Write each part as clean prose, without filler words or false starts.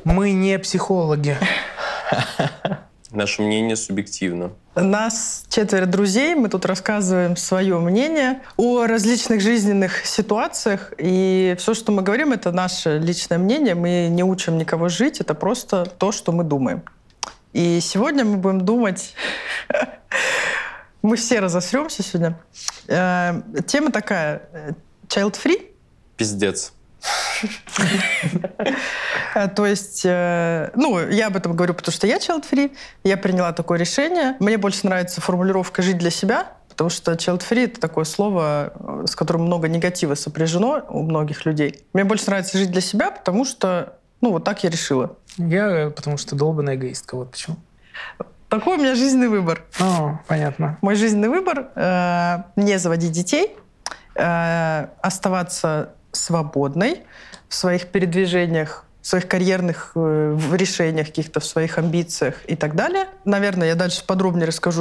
Мы не психологи. Наше мнение субъективно. Нас 4 друзей, мы тут рассказываем свое мнение о различных жизненных ситуациях, и все, что мы говорим, это наше личное мнение, мы не учим никого жить, это просто то, что мы думаем. И сегодня мы будем думать... Мы все разосремся сегодня. Тема такая, child-free. Пиздец. То есть, я об этом говорю, потому что я child-free, я приняла такое решение. Мне больше нравится формулировка «жить для себя», потому что child-free — это такое слово, с которым много негатива сопряжено у многих людей. Мне больше нравится жить для себя, потому что, вот так я решила. Я потому что долбаная эгоистка, вот почему. Такой у меня жизненный выбор. Понятно. Мой жизненный выбор — не заводить детей, оставаться свободной в своих передвижениях, в своих карьерных решениях, каких-то в своих амбициях и так далее. Наверное, я дальше подробнее расскажу,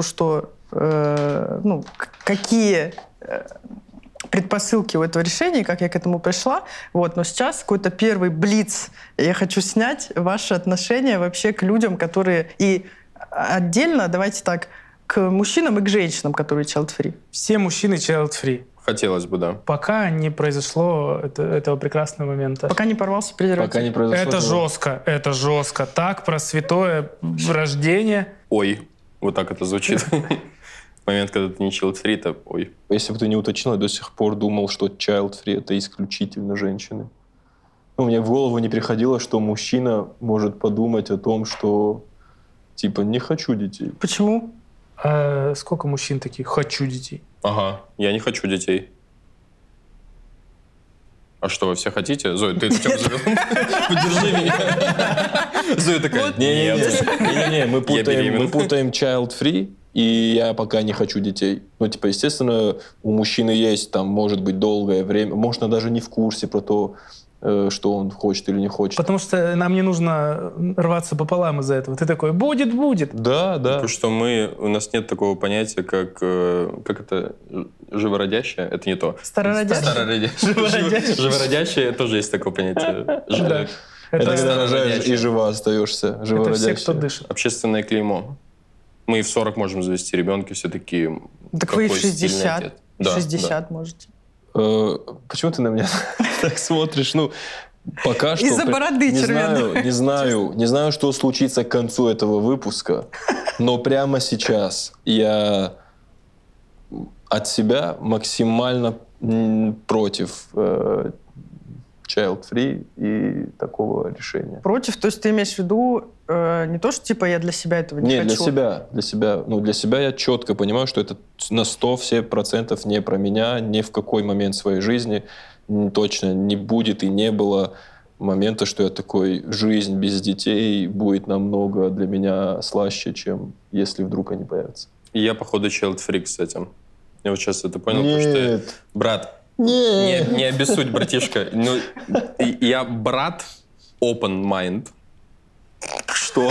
какие предпосылки у этого решения, как я к этому пришла. Но сейчас какой-то первый блиц. Я хочу снять ваши отношения вообще к людям, которые... И отдельно, давайте так, к мужчинам и к женщинам, которые child-free. Все мужчины child-free. Хотелось бы, да. Пока не произошло этого прекрасного момента. Пока не порвался презерватив. Пока не произошло. Это жестко. Так, про святое рождение. Ой, вот так это звучит. Момент, когда ты не child-free, это ой. Если бы ты не уточнил, я до сих пор думал, что child-free — это исключительно женщины. Мне в голову не приходило, что мужчина может подумать о том, что не хочу детей. Почему? Сколько мужчин таких «хочу детей»? Ага, я не хочу детей. А что, вы все хотите? Зоя, ты это чем завела? Поддержи меня. Зоя такая, Не-не-не, мы путаем child-free, и я пока не хочу детей. Естественно, у мужчины есть, может быть, долгое время, можно даже не в курсе про то, что он хочет или не хочет. Потому что нам не нужно рваться пополам из-за этого. Ты такой, будет. Да. Потому что у нас нет такого понятия, как это, живородящее, это не то. Старородящее. Живородящее, тоже есть такое понятие. Это когда рожаешь и жива остаешься. Это все, кто дышит. Общественное клеймо. Мы и в 40 можем завести ребенка, все такие... Так вы и в 60. 60 можете. Почему ты на меня так смотришь? Пока что... Из-за бороды червяной. Не знаю, что случится к концу этого выпуска, но прямо сейчас я от себя максимально против child-free и такого решения. Против? То есть ты имеешь в виду не то, что я для себя этого не хочу? Нет, для себя я четко понимаю, что это на 100% не про меня, ни в какой момент своей жизни точно не будет и не было момента, что я такой, жизнь без детей будет намного для меня слаще, чем если вдруг они появятся. И я, походу, child-free, кстати. Я вот сейчас это понял, Нет. потому что... Брат, не обессудь, братишка. Я брат open mind. Что?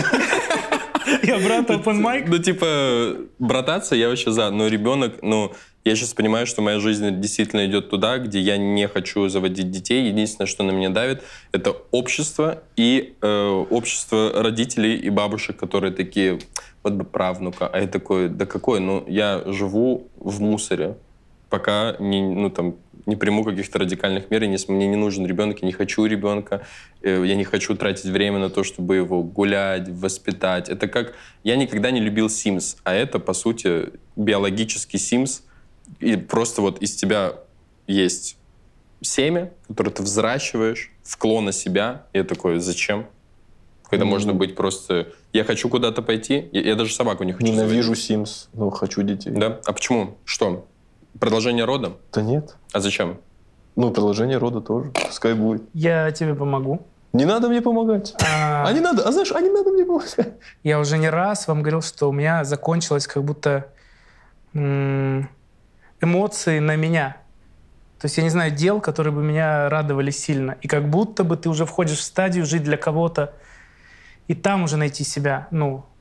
Я брат open mic? Брататься я вообще за. Но ребенок, я сейчас понимаю, что моя жизнь действительно идет туда, где я не хочу заводить детей. Единственное, что на меня давит, это общество и общество родителей и бабушек, которые такие, вот бы правнука. А я такой, да какой? Я живу в мусоре, пока не приму каких-то радикальных мер, если мне не нужен ребенок, я не хочу ребенка, я не хочу тратить время на то, чтобы его гулять, воспитать. Это как... Я никогда не любил Sims, а это, по сути, биологический Sims, и просто из тебя есть семя, которое ты взращиваешь в клона себя, и я такой, зачем? Когда можно быть просто... Я хочу куда-то пойти, я даже собаку не хочу Ненавижу Sims, но хочу детей. Да? А почему? Что? Продолжение рода? Да нет. А зачем? Продолжение рода тоже. Пускай будет. Я тебе помогу. Не надо мне помогать. Не надо мне помогать. Я уже не раз вам говорил, что у меня закончилось как будто эмоции на меня. То есть я не знаю дел, которые бы меня радовали сильно. И как будто бы ты уже входишь в стадию жить для кого-то, и там уже найти себя,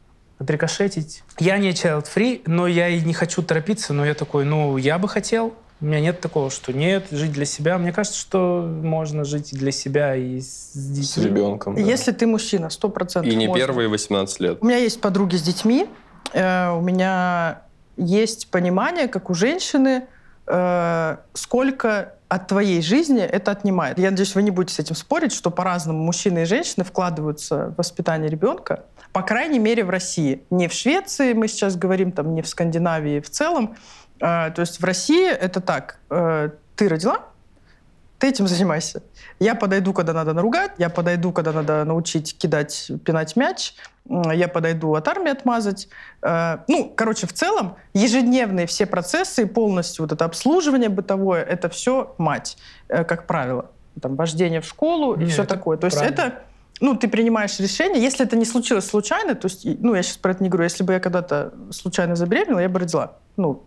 отрикошетить. Я не child-free, но я и не хочу торопиться, но я такой, я бы хотел. У меня нет такого, что нет, жить для себя. Мне кажется, что можно жить и для себя, и с детьми. С ребенком. Да. Если ты мужчина, 100% И не можно. первые 18 лет. У меня есть подруги с детьми, у меня есть понимание, как у женщины, сколько от твоей жизни это отнимает. Я надеюсь, вы не будете с этим спорить, что по-разному мужчины и женщины вкладываются в воспитание ребенка, по крайней мере, в России. Не в Швеции, мы сейчас говорим, там, не в Скандинавии в целом. То есть в России это так. Ты родила, ты этим занимайся. Я подойду, когда надо наругать, я подойду, когда надо научить кидать, пинать мяч, я подойду от армии отмазать. В целом, ежедневные все процессы, полностью вот это обслуживание бытовое, это все мать, как правило. Там, вождение в школу и все такое. То есть это, ты принимаешь решение. Если это не случилось случайно, то есть, я сейчас про это не говорю, если бы я когда-то случайно забеременела, я бы родила.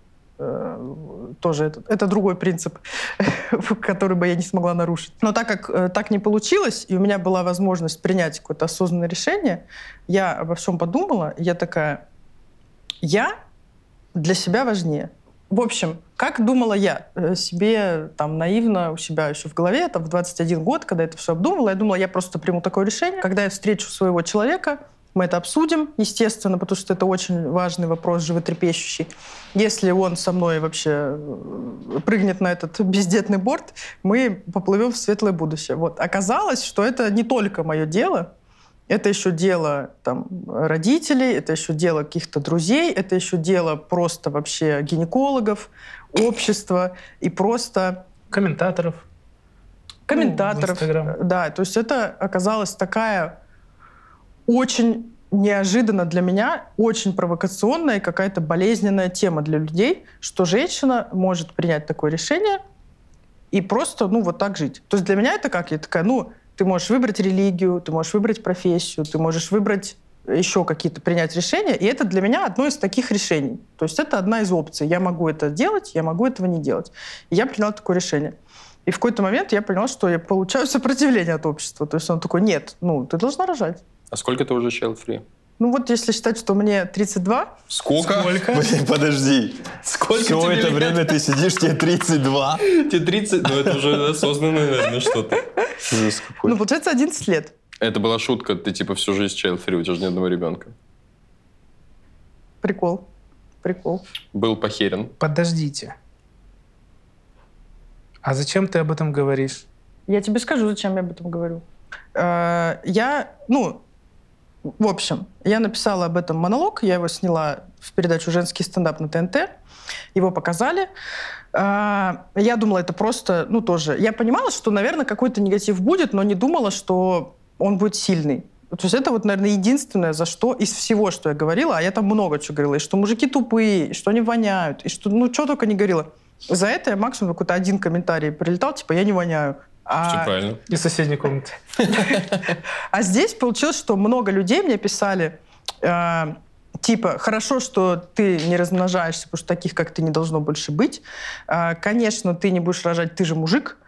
Тоже это другой принцип, который бы я не смогла нарушить. Но так как так не получилось, и у меня была возможность принять какое-то осознанное решение, я обо всем подумала, и я такая, я для себя важнее. В общем, как думала я себе там наивно у себя еще в голове, там в 21 год, когда это все обдумывала, я думала, я просто приму такое решение, когда я встречу своего человека, мы это обсудим, естественно, потому что это очень важный вопрос, животрепещущий. Если он со мной вообще прыгнет на этот бездетный борт, мы поплывем в светлое будущее. Вот. Оказалось, что это не только мое дело, это еще дело там, родителей, это еще дело каких-то друзей, это еще дело просто вообще гинекологов, общества и просто... Комментаторов. Да, то есть это оказалась такая... очень неожиданно для меня, очень провокационная и какая-то болезненная тема для людей, что женщина может принять такое решение и просто, вот так жить. То есть для меня это как? Я такая, ты можешь выбрать религию, ты можешь выбрать профессию, ты можешь выбрать еще какие-то, принять решения, и это для меня одно из таких решений. То есть это одна из опций. Я могу это делать, я могу этого не делать. И я приняла такое решение. И в какой-то момент я поняла, что я получаю сопротивление от общества. То есть он такой, нет, ты должна рожать. А сколько ты уже child-free? Если считать, что мне 32. Сколько? Блин, подожди. Сколько все тебе это лет? время ты сидишь, тебе 32? Тебе 30? Это уже осознанно, наверное, что-то. Ужас какой. Получается 11 лет. Это была шутка, ты типа всю жизнь child-free, у тебя же ни одного ребенка. Прикол. Был похерен. Подождите. А зачем ты об этом говоришь? Я тебе скажу, зачем я об этом говорю. В общем, я написала об этом монолог, я его сняла в передачу «Женский стендап» на ТНТ, его показали. Я думала, это просто, тоже... Я понимала, что, наверное, какой-то негатив будет, но не думала, что он будет сильный. То есть это наверное, единственное, за что из всего, что я говорила, а я там много чего говорила, и что мужики тупые, и что они воняют, и что, что только не говорила. За это я максимум какой-то один комментарий прилетал, типа, я не воняю. Все правильно. Из соседней комнаты. А здесь получилось, что много людей мне писали, хорошо, что ты не размножаешься, потому что таких, как ты, не должно больше быть. Конечно, ты не будешь рожать, ты же мужик.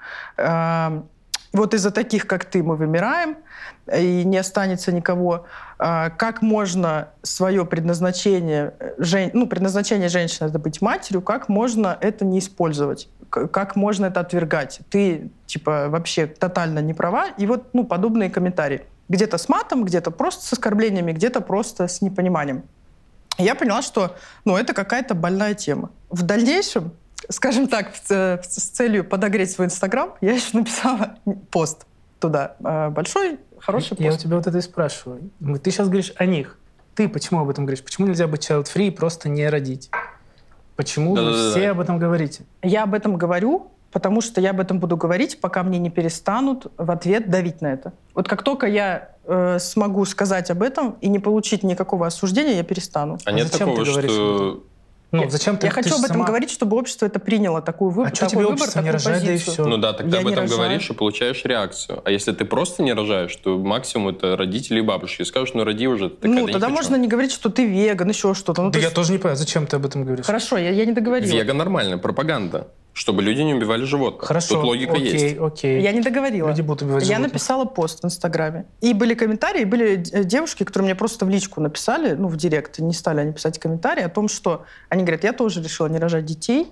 Вот из-за таких, как ты, мы вымираем, и не останется никого. Как можно свое предназначение, предназначение женщины — это быть матерью, как можно это не использовать? Как можно это отвергать? Ты, вообще тотально не права. И подобные комментарии. Где-то с матом, где-то просто с оскорблениями, где-то просто с непониманием. И я поняла, что, это какая-то больная тема. В дальнейшем, скажем так, с целью подогреть свой Инстаграм, я еще написала пост туда. Большой, хороший пост. Я у тебя это и спрашиваю. Ты сейчас говоришь о них. Ты почему об этом говоришь? Почему нельзя быть child-free и просто не родить? Почему вы все об этом говорите? Я об этом говорю, потому что я об этом буду говорить, пока мне не перестанут в ответ давить на это. Вот как только я смогу сказать об этом и не получить никакого осуждения, я перестану. А нет такого, что... зачем ты? Я хочу об этом говорить, чтобы общество это приняло, такой выбор, что тебе общество не рожает, да и все? Так ты об этом говоришь и получаешь реакцию. А если ты просто не рожаешь, то максимум это родители и бабушки. И скажут, роди уже. Тогда можно не говорить, что ты веган, еще что-то. Я тоже не понимаю, зачем ты об этом говоришь? Хорошо, я не договорила. Веган нормально, пропаганда. Чтобы люди не убивали животных. Хорошо, тут логика есть. Окей. Я не договорила. Люди будут убивать Я животных. написала пост в Инстаграме. И были комментарии, были девушки, которые мне просто в личку написали, в директ, не стали они писать комментарии о том, что они говорят, я тоже решила не рожать детей,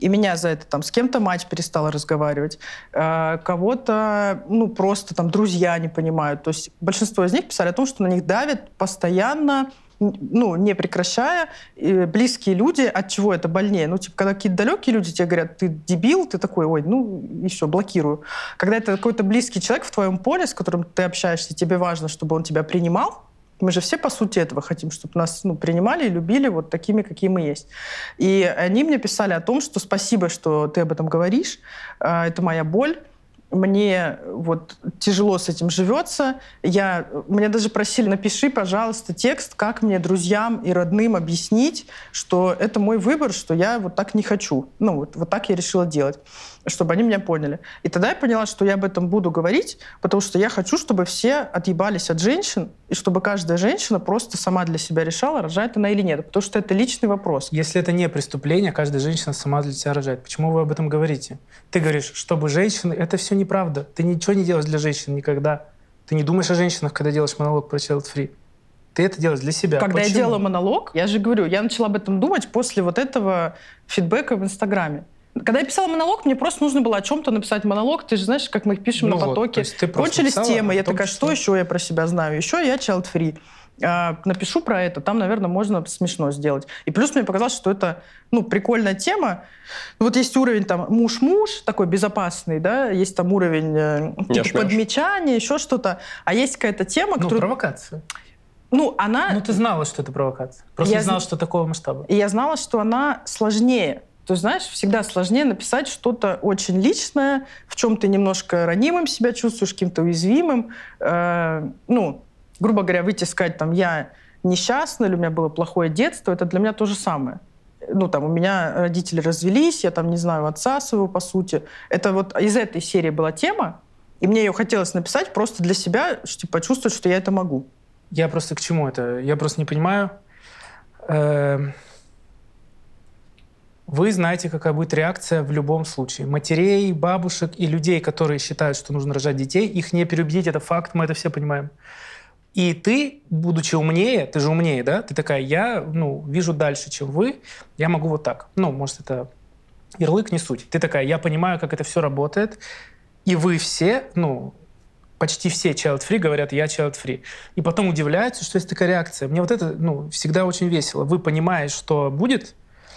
и меня за это там с кем-то мать перестала разговаривать, кого-то, просто там друзья не понимают. То есть большинство из них писали о том, что на них давят постоянно, не прекращая, близкие люди, от чего это больнее? Когда какие-то далекие люди тебе говорят, ты дебил, ты такой, ой, и все, блокирую. Когда это какой-то близкий человек в твоем поле, с которым ты общаешься, тебе важно, чтобы он тебя принимал, мы же все, по сути, этого хотим, чтобы нас принимали и любили вот такими, какие мы есть. И они мне писали о том, что спасибо, что ты об этом говоришь, это моя боль, мне вот тяжело с этим живется. Мне даже просили, напиши, пожалуйста, текст, как мне друзьям и родным объяснить, что это мой выбор, что я вот так не хочу. Вот так я решила делать, чтобы они меня поняли. И тогда я поняла, что я об этом буду говорить, потому что я хочу, чтобы все отъебались от женщин, и чтобы каждая женщина просто сама для себя решала, рожает она или нет. Потому что это личный вопрос. Если это не преступление, каждая женщина сама для себя рожает. Почему вы об этом говорите? Ты говоришь, чтобы женщины... Это все неправда. Ты ничего не делаешь для женщин никогда. Ты не думаешь о женщинах, когда делаешь монолог про child free. Ты это делаешь для себя. Когда Почему? я делала монолог, я же говорю, я начала об этом думать после вот этого фидбэка в Инстаграме. Когда я писала монолог, мне просто нужно было о чем-то написать монолог. Ты же знаешь, как мы их пишем на потоке. Кончились темы. Я такая, что еще я про себя знаю? Еще я child free. Напишу про это, там, наверное, можно смешно сделать. И плюс мне показалось, что это, прикольная тема. Вот есть уровень там муж-муж, такой безопасный, да, есть там уровень подмечания, еще что-то. А есть какая-то тема, которая... провокация. Она... ты знала, что это провокация. Просто не знала, что такого масштаба. И я знала, что она сложнее. То есть, знаешь, всегда сложнее написать что-то очень личное, в чем ты немножко ранимым себя чувствуешь, каким-то уязвимым. Грубо говоря, выйти и сказать, я несчастна, или у меня было плохое детство, это для меня то же самое. У меня родители развелись, я не знаю отца своего, по сути. Это вот из этой серии была тема, и мне ее хотелось написать просто для себя, чтобы почувствовать, что я это могу. Я просто к чему это? Я просто не понимаю. Вы знаете, какая будет реакция в любом случае. Матерей, бабушек и людей, которые считают, что нужно рожать детей, их не переубедить, это факт, мы это все понимаем. И ты, будучи умнее, ты же умнее, да? Ты такая, я вижу дальше, чем вы, я могу вот так. Может, это ярлык, не суть. Ты такая, я понимаю, как это все работает, и вы все, почти все child free говорят, я child free. И потом удивляются, что есть такая реакция. Мне вот это, всегда очень весело. Вы понимаете, что будет,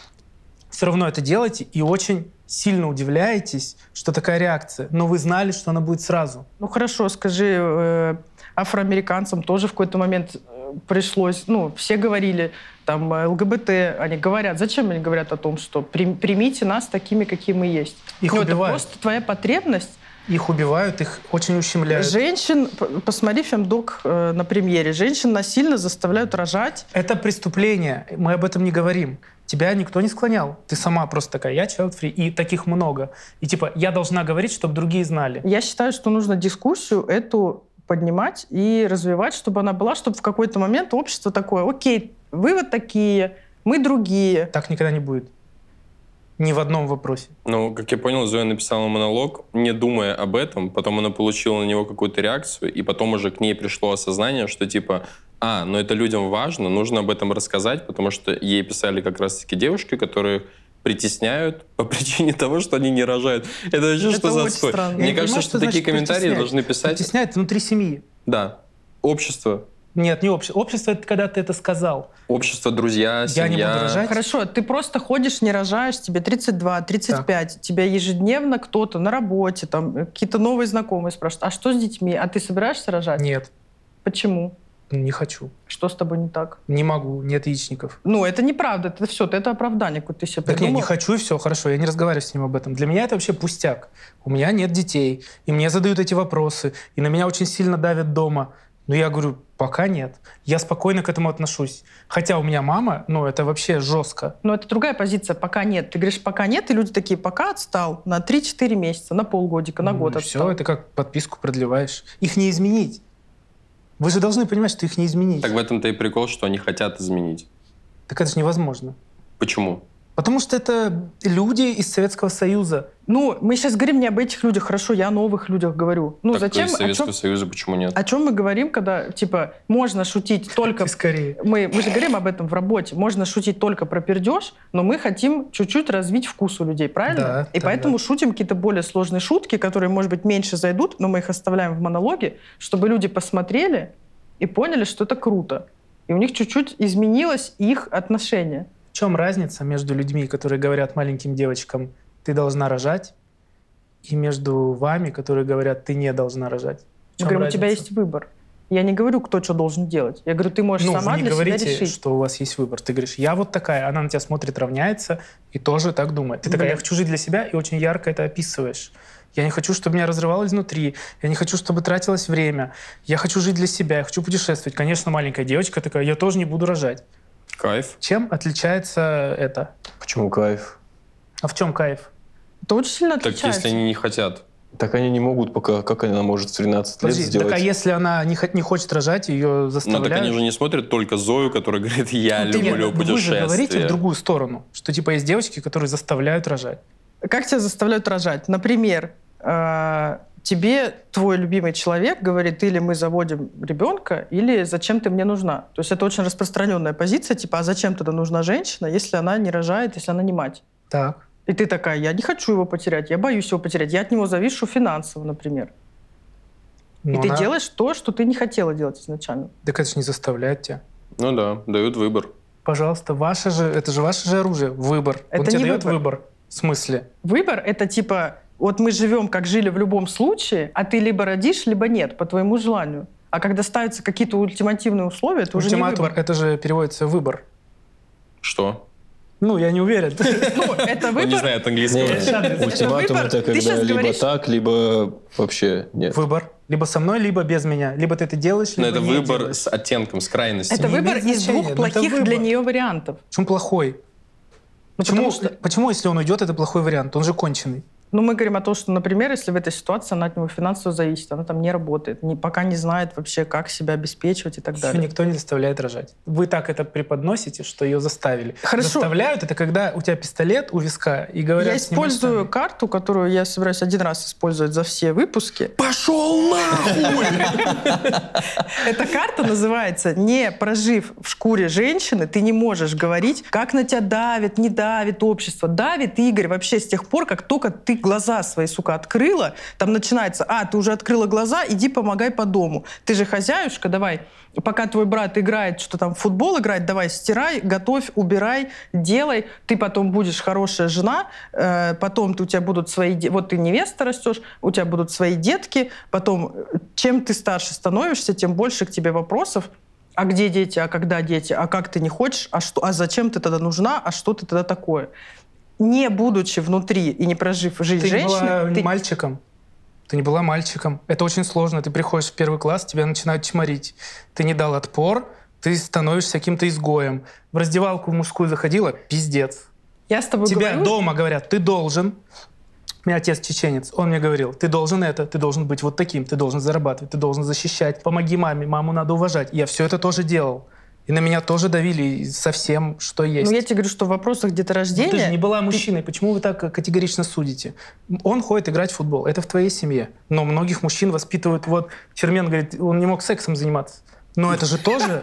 все равно это делаете и очень сильно удивляетесь, что такая реакция. Но вы знали, что она будет сразу. Хорошо, скажи, афроамериканцам тоже в какой-то момент пришлось, все говорили, ЛГБТ, они говорят, зачем они говорят о том, что примите нас такими, какие мы есть? Их убивают. Это просто твоя потребность. Их убивают, их очень ущемляют. Женщин, посмотри «Фемдок» на премьере, женщин насильно заставляют рожать. Это преступление, мы об этом не говорим. Тебя никто не склонял. Ты сама просто такая, я child free, и таких много. И я должна говорить, чтобы другие знали. Я считаю, что нужно дискуссию эту поднимать и развивать, чтобы она была, чтобы в какой-то момент общество такое, окей, вы вот такие, мы другие. Так никогда не будет. Ни в одном вопросе. Как я понял, Зоя написала монолог, не думая об этом, потом она получила на него какую-то реакцию, и потом уже к ней пришло осознание, что это людям важно, нужно об этом рассказать, потому что ей писали как раз-таки девушки, которые притесняют по причине того, что они не рожают. Это вообще что за отстой? Мне кажется, что такие комментарии должны писать... Притесняют внутри семьи. Да. Общество. Нет, не общество. Общество — это когда ты это сказал. Общество, друзья, семья. Я не буду рожать. Хорошо, ты просто ходишь, не рожаешь, тебе 32, 35, тебя ежедневно кто-то на работе, какие-то новые знакомые спрашивают, а что с детьми? А ты собираешься рожать? Нет. Почему? Не хочу. Что с тобой не так? Не могу, нет яичников. Это неправда, это все, это оправдание, какое ты себе придумал. Так я не хочу, и все, хорошо, я не разговариваю с ним об этом. Для меня это вообще пустяк. У меня нет детей, и мне задают эти вопросы, и на меня очень сильно давят дома. Но я говорю, пока нет. Я спокойно к этому отношусь. Хотя у меня мама, это вообще жестко. Но это другая позиция, пока нет. Ты говоришь, пока нет, и люди такие, пока отстал на 3-4 месяца, на полгодика, на год отстал. Все, это как подписку продлеваешь. Их не изменить. Вы же должны понимать, что их не изменить. Так в этом-то и прикол, что они хотят изменить. Так это же невозможно. Почему? Потому что это люди из Советского Союза. Ну, мы сейчас говорим не об этих людях, хорошо, я о новых людях говорю. Ну, Так зачем? из Советского Союза почему нет? О чем мы говорим, когда, типа, можно шутить только... Ты скорее. Мы же говорим об этом в работе. Можно шутить только про пердеж, но мы хотим чуть-чуть развить вкус у людей, правильно? Да, И да, поэтому да. шутим какие-то более сложные шутки, которые, может быть, меньше зайдут, но мы их оставляем в монологе, чтобы люди посмотрели и поняли, что это круто. И у них чуть-чуть изменилось их отношение. В чем разница между людьми, которые говорят маленьким девочкам «ты должна рожать», и между вами, которые говорят «ты не должна рожать»? В Мы чем говорим, у тебя разница? есть выбор. Я не говорю, кто что должен делать. Я говорю, ты можешь Ну, сама вы не для себя говорите, решить. что у вас есть выбор. Ты говоришь, я вот такая, она на тебя смотрит, равняется и тоже так думает. Ты такая, я хочу жить для себя, и очень ярко это описываешь. Я не хочу, чтобы меня разрывалось внутри. Я не хочу, чтобы тратилось время. Я хочу жить для себя, я хочу путешествовать. Конечно, маленькая девочка такая, я тоже не буду рожать. Кайф. Чем отличается это? Почему кайф? А в чем кайф? Это очень сильно Так отличается. если они не хотят. Так они не могут пока, как она может в 13 лет Подожди, сделать? так а если она не хочет рожать, ее Ну заставляют? так они же не смотрят только Зою, которая говорит, я Ну, ты люблю вы же путешествия. говорите в другую сторону, что типа есть девочки, которые заставляют рожать. Как тебя заставляют рожать? Например, тебе твой любимый человек говорит, или мы заводим ребенка, или зачем ты мне нужна. То есть это очень распространенная позиция, типа, а зачем тогда нужна женщина, если она не рожает, если она не мать? Так. И ты такая, я не хочу его потерять, я боюсь его потерять, я от него завишу финансово, например. Но И ты она- делаешь то, что ты не хотела делать изначально. Так это же не заставляет тебя. Ну да, дают выбор. Пожалуйста, это же ваше же оружие. Выбор. Это Он тебе не дает выбор. выбор. В смысле? Выбор — это типа, вот мы живем, как жили в любом случае, а ты либо родишь, либо нет, по твоему желанию. А когда ставятся какие-то ультимативные условия, это уже не Ультиматум, выбор. это же переводится выбор. Что? Ну, я не уверен. Ну, это Он не выбор. знает английского. Не, ультиматум выбор. это Ты щас когда либо говоришь- так, либо вообще нет. Выбор. Либо со мной, либо без меня. Либо ты это делаешь, Но либо это не выбор делаешь. с оттенком, с крайностью. Это Не выбор имеет из значения, двух но это плохих выбор. для нее вариантов. Почему плохой? Ну, Почему, потому что- почему, если он уйдет, это плохой вариант? Он же конченый. Ну, мы говорим о том, что, например, если в этой ситуации она от него финансово зависит, она там не работает, пока не знает вообще, как себя обеспечивать и так Её далее. никто не заставляет рожать. Вы так это преподносите, что ее заставили. Хорошо. Заставляют, это когда у тебя пистолет у виска и говорят... Я «Снимай использую штаны». карту, которую я собираюсь один раз использовать за все выпуски. Пошел нахуй! Эта карта называется «Не прожив в шкуре женщины, ты не можешь говорить, как на тебя давит, не давит общество». Давит, Игорь, вообще с тех пор, как только ты глаза свои, сука, открыла, там начинается, ты уже открыла глаза, иди помогай по дому. Ты же хозяюшка, давай. Пока твой брат играет, что там в футбол играет, давай стирай, готовь, убирай, делай. Ты потом будешь хорошая жена, потом у тебя будут свои... Вот ты невеста растешь, у тебя будут свои детки, потом чем ты старше становишься, тем больше к тебе вопросов. А где дети, а когда дети, а как ты не хочешь, а зачем ты тогда нужна, а что ты тогда такое? Не будучи внутри и не прожив жизнь Ты не женщины... была мальчиком. Ты не была мальчиком. Это очень сложно. Ты приходишь в первый класс, тебя начинают чморить. Ты не дал отпор, ты становишься каким-то изгоем. В раздевалку в мужскую заходила — пиздец. Я с тобой Тебя говорю... дома говорят, ты должен. У меня отец чеченец, он мне говорил, ты должен это, ты должен быть вот таким, ты должен зарабатывать, ты должен защищать, помоги маме, маму надо уважать. Я все это тоже делал. И на меня тоже давили со всем, что есть. Ну, я тебе говорю, что в вопросах деторождения... Ты же не была мужчиной, почему вы так категорично судите? Он ходит играть в футбол, это в твоей семье. Но многих мужчин воспитывают, вот Чермен говорит, он не мог сексом заниматься. Но это же тоже...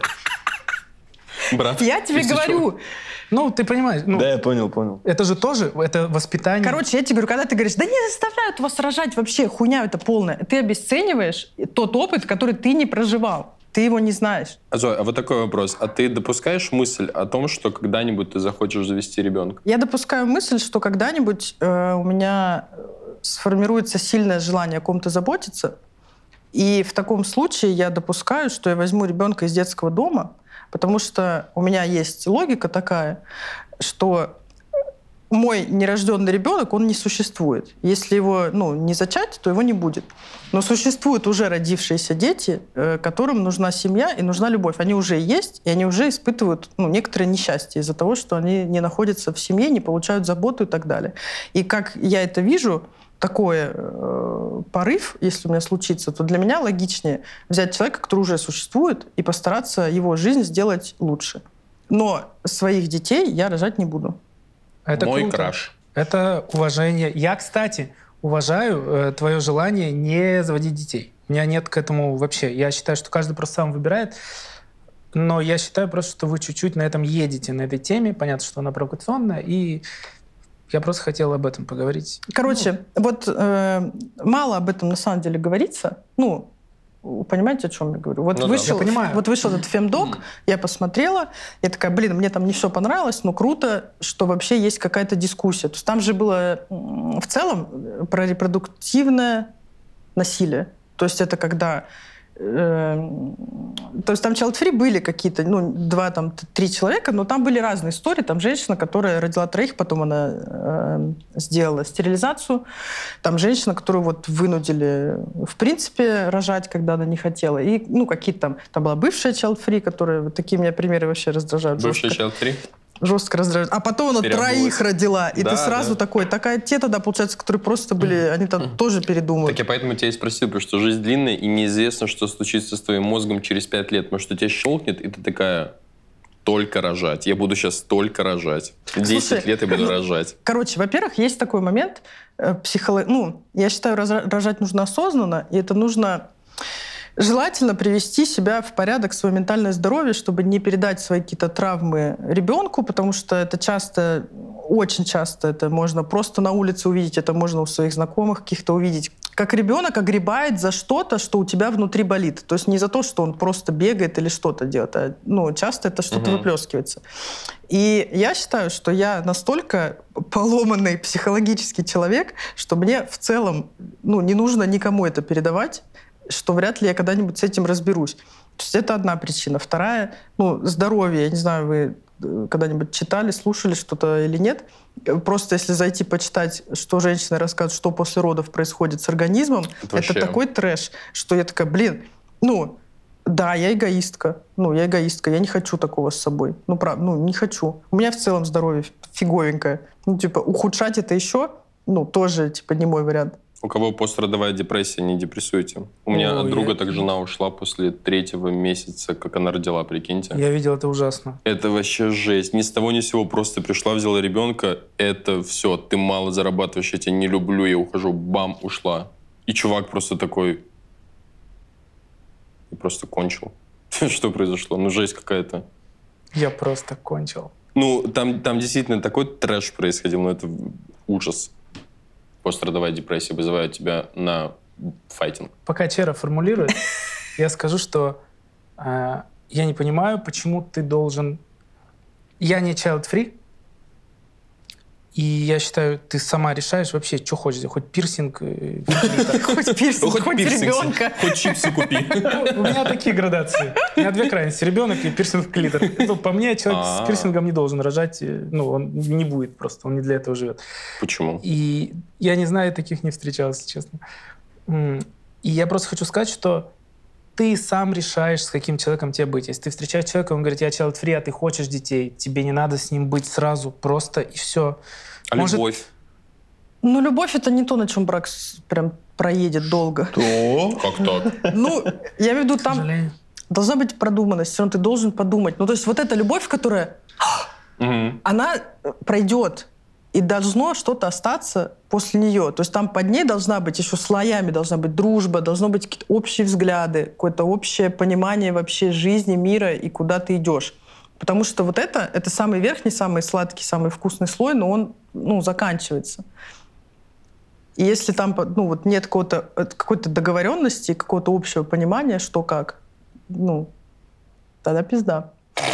Брат, Я тебе если говорю... чё. Ну, ты понимаешь, Да, я понял. это же тоже, это воспитание. Короче, я тебе говорю, когда ты говоришь, да не заставляют вас рожать, вообще хуйня это полная, ты обесцениваешь тот опыт, который ты не проживал. Ты его не знаешь. Зоя, а вот такой вопрос. А ты допускаешь мысль о том, что когда-нибудь ты захочешь завести ребенка? Я допускаю мысль, что когда-нибудь у меня сформируется сильное желание о ком-то заботиться, и в таком случае я допускаю, что я возьму ребенка из детского дома, потому что у меня есть логика такая, что мой нерожденный ребенок, он не существует. Если его не зачать, то его не будет. Но существуют уже родившиеся дети, которым нужна семья и нужна любовь. Они уже есть, и они уже испытывают некоторое несчастье из-за того, что они не находятся в семье, не получают заботу и так далее. И как я это вижу, такой порыв, если у меня случится, то для меня логичнее взять человека, который уже существует, и постараться его жизнь сделать лучше. Но своих детей я рожать не буду. Это Мой круто. краш. Это уважение. Я, кстати, уважаю твое желание не заводить детей. У меня нет к этому вообще. Я считаю, что каждый просто сам выбирает. Но я считаю просто, что вы чуть-чуть на этом едете, на этой теме. Понятно, что она провокационная. И я просто хотел об этом поговорить. Короче, вот мало об этом на самом деле говорится. Ну, понимаете, о чем я говорю? Вот, Ну да. вышел, Я понимаю. вот вышел этот фемдок, я посмотрела, я такая, блин, мне там не все понравилось, но круто, что вообще есть какая-то дискуссия. То есть там же было в целом про репродуктивное насилие. То есть это когда... то есть там child-free были какие-то, 2-3 человека, но там были разные истории. Там женщина, которая родила 3, потом она сделала стерилизацию. Там женщина, которую вот вынудили, в принципе, рожать, когда она не хотела. И, какие-то там была бывшая child-free, которая... Вот такие меня примеры вообще раздражают. Бывший жестко. child 3? Жестко раздражает. А потом она Переобулась. 3 родила. И Да, ты сразу да. такой, те тогда, получается, которые просто были, они там тоже передумали. Так я поэтому тебя и спросил, потому что жизнь длинная, и неизвестно, что случится с твоим мозгом через 5 лет. Может, у тебя щелкнет, и ты такая, только рожать. Я буду сейчас только рожать. 10 Слушай, лет я буду рожать. Короче, во-первых, есть такой момент, я считаю, рожать нужно осознанно, и это нужно желательно привести себя в порядок, свое ментальное здоровье, чтобы не передать свои какие-то травмы ребенку, потому что это часто, очень часто это можно просто на улице увидеть, это можно у своих знакомых каких-то увидеть. Как ребенок огребает за что-то, что у тебя внутри болит. То есть не за то, что он просто бегает или что-то делает, а часто это что-то выплескивается. И я считаю, что я настолько поломанный психологический человек, что мне в целом не нужно никому это передавать, что вряд ли я когда-нибудь с этим разберусь. То есть это одна причина. Вторая, здоровье. Я не знаю, вы когда-нибудь читали, слушали что-то или нет. Просто если зайти почитать, что женщины рассказывают, что после родов происходит с организмом, это такой трэш, что я такая, да, я эгоистка. Я не хочу такого с собой. Правда, не хочу. У меня в целом здоровье фиговенькое. Ухудшать это еще, тоже, не мой вариант. У кого пострадовая депрессия, не депрессуйте. У меня от друга так жена ушла после 3-го месяца, как она родила, прикиньте. Я видел, это ужасно. Это вообще жесть. Ни с того ни с сего просто пришла, взяла ребенка. Это все, ты мало зарабатываешь, я тебя не люблю, я ухожу. Бам, ушла. И чувак просто такой... И просто кончил. Что произошло? Жесть какая-то. Я просто кончил. Там действительно такой трэш происходил, это ужас. Пострадовая депрессия вызывает тебя на файтинг. Пока Чера формулирует, я скажу, что я не понимаю, почему ты должен... Я не child-free, и я считаю, ты сама решаешь вообще, что хочешь. Хоть пирсинг, хоть пирсинг, хоть ребенка. Хоть чипсы купи. У меня такие градации. У меня 2 крайности. Ребенок и пирсинг-клитор. По мне, человек с пирсингом не должен рожать. Он не будет просто. Он не для этого живет. Почему? И я не знаю, таких не встречал, если честно. И я просто хочу сказать, что ты сам решаешь, с каким человеком тебе быть. Если ты встречаешь человека, он говорит, я child-free, а ты хочешь детей, тебе не надо с ним быть сразу, просто и все. А любовь? Любовь — это не то, на чем брак прям проедет долго. Что? Как так? Я имею в виду, там сожалению. должна быть продуманность, все равно ты должен подумать. То есть вот эта любовь, которая, она пройдет, и должно что-то остаться после нее. То есть там под ней должна быть еще слоями, должна быть дружба, должны быть какие-то общие взгляды, какое-то общее понимание вообще жизни, мира и куда ты идешь. Потому что вот это самый верхний, самый сладкий, самый вкусный слой, но он заканчивается. И если там нет какой-то договоренности, какого-то общего понимания, что как, тогда пизда.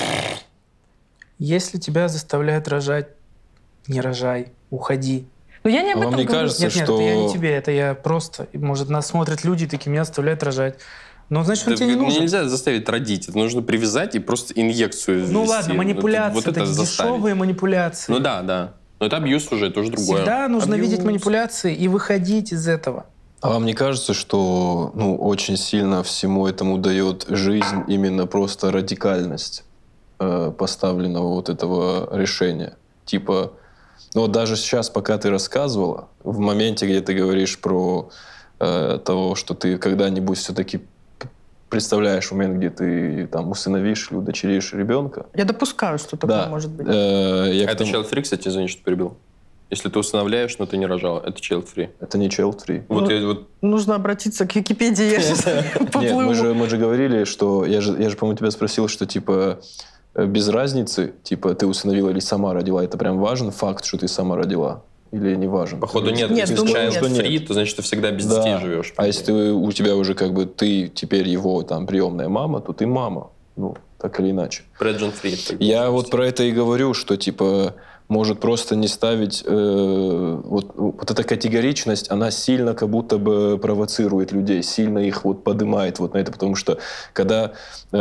Если тебя заставляют рожать, не рожай, уходи. Но я не об этом Вам не говорю. кажется, Нет, что... это я не тебе, это я просто. Может, нас смотрят люди, такие, меня заставляют рожать. Но значит, он тебе не нужен. Нельзя заставить родить. Это нужно привязать и просто инъекцию ввести. Ладно, манипуляции, Вот это заставить. дешевые манипуляции. Да. Но это абьюз уже, это уже другое. Всегда нужно Абьюз. видеть манипуляции и выходить из этого. А вам не кажется, что очень сильно всему этому дает жизнь именно просто радикальность поставленного вот этого решения? Даже сейчас, пока ты рассказывала, в моменте, где ты говоришь про того, что ты когда-нибудь все-таки представляешь момент, где ты там усыновишь или удочеришь ребенка. Я допускаю, что такое может быть. Это child-free, кстати, извини, что перебил. Если ты усыновляешь, но ты не рожала, это child-free. Это не child-free. Нужно обратиться к Википедии, я сейчас поплыву. Нет, мы же говорили, что... Я же, по-моему, тебя спросил, что, типа, без разницы, типа, ты усыновила или сама родила, это прям важен факт, что ты сама родила? Или не важен? Походу нет. Нет, если думаю, child-free, то значит, ты всегда без детей живешь. А если у тебя уже как бы ты теперь его там приемная мама, то ты мама. Ну, так или иначе. Pregnant-free. Я вот про это и говорю, что, типа... может просто не ставить... вот эта категоричность, она сильно как будто бы провоцирует людей, сильно их вот поднимает вот на это, потому что когда,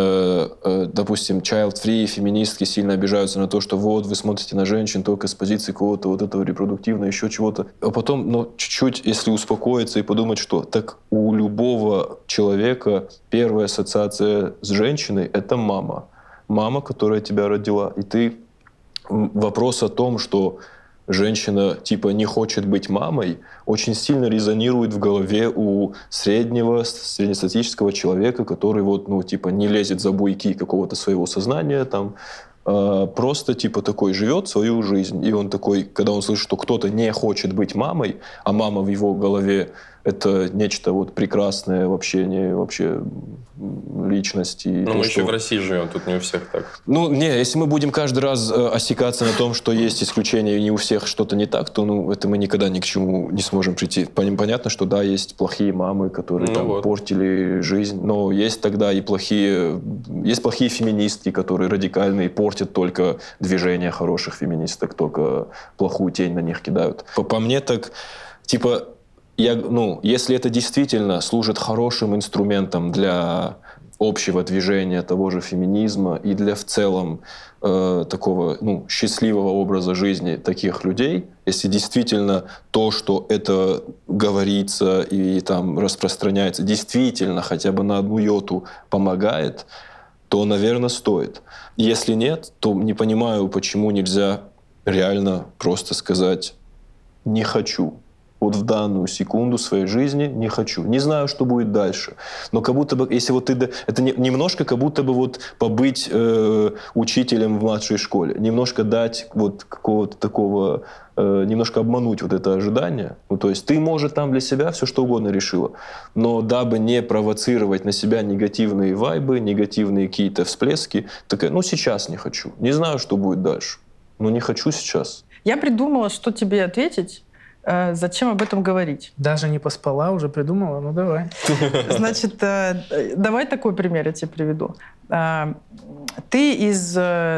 допустим, child-free, феминистки сильно обижаются на то, что вот вы смотрите на женщин только с позиции какого-то вот этого репродуктивного, еще чего-то, а потом, ну, чуть-чуть, если успокоиться и подумать, что так у любого человека первая ассоциация с женщиной — это мама. Мама, которая тебя родила. И ты... Вопрос о том, что женщина типа не хочет быть мамой, очень сильно резонирует в голове у среднестатистического человека, который вот, ну, типа, не лезет за буйки какого-то своего сознания, там, просто типа такой живет свою жизнь. И он такой, когда он слышит, что кто-то не хочет быть мамой, а мама в его голове это нечто вот прекрасное в общении вообще личности. Но мы еще в России живем, тут не у всех так. Ну, не, если мы будем каждый раз осекаться на том, что есть исключения и не у всех что-то не так, то, ну, это мы никогда ни к чему не сможем прийти. Понятно, что да, есть плохие мамы, которые портили жизнь, но есть тогда и плохие феминистки, которые радикальные, портят только движения хороших феминисток, только плохую тень на них кидают. По мне так, типа, если это действительно служит хорошим инструментом для общего движения того же феминизма и для в целом такого счастливого образа жизни таких людей, если действительно то, что это говорится и там распространяется, действительно хотя бы на одну йоту помогает, то, наверное, стоит. Если нет, то не понимаю, почему нельзя реально просто сказать «не хочу». Вот в данную секунду своей жизни не хочу. Не знаю, что будет дальше. Но как будто бы, если вот ты... Это немножко как будто бы вот побыть учителем в младшей школе. Немножко дать вот какого-то такого... немножко обмануть вот это ожидание. Ну, то есть ты, может, там для себя все что угодно решила. Но дабы не провоцировать на себя негативные вайбы, негативные какие-то всплески, такая, сейчас не хочу. Не знаю, что будет дальше. Но не хочу сейчас. Я придумала, что тебе ответить. Зачем об этом говорить? Даже не поспала, уже придумала? Ну, давай. Значит, давай такой пример я тебе приведу. Ты из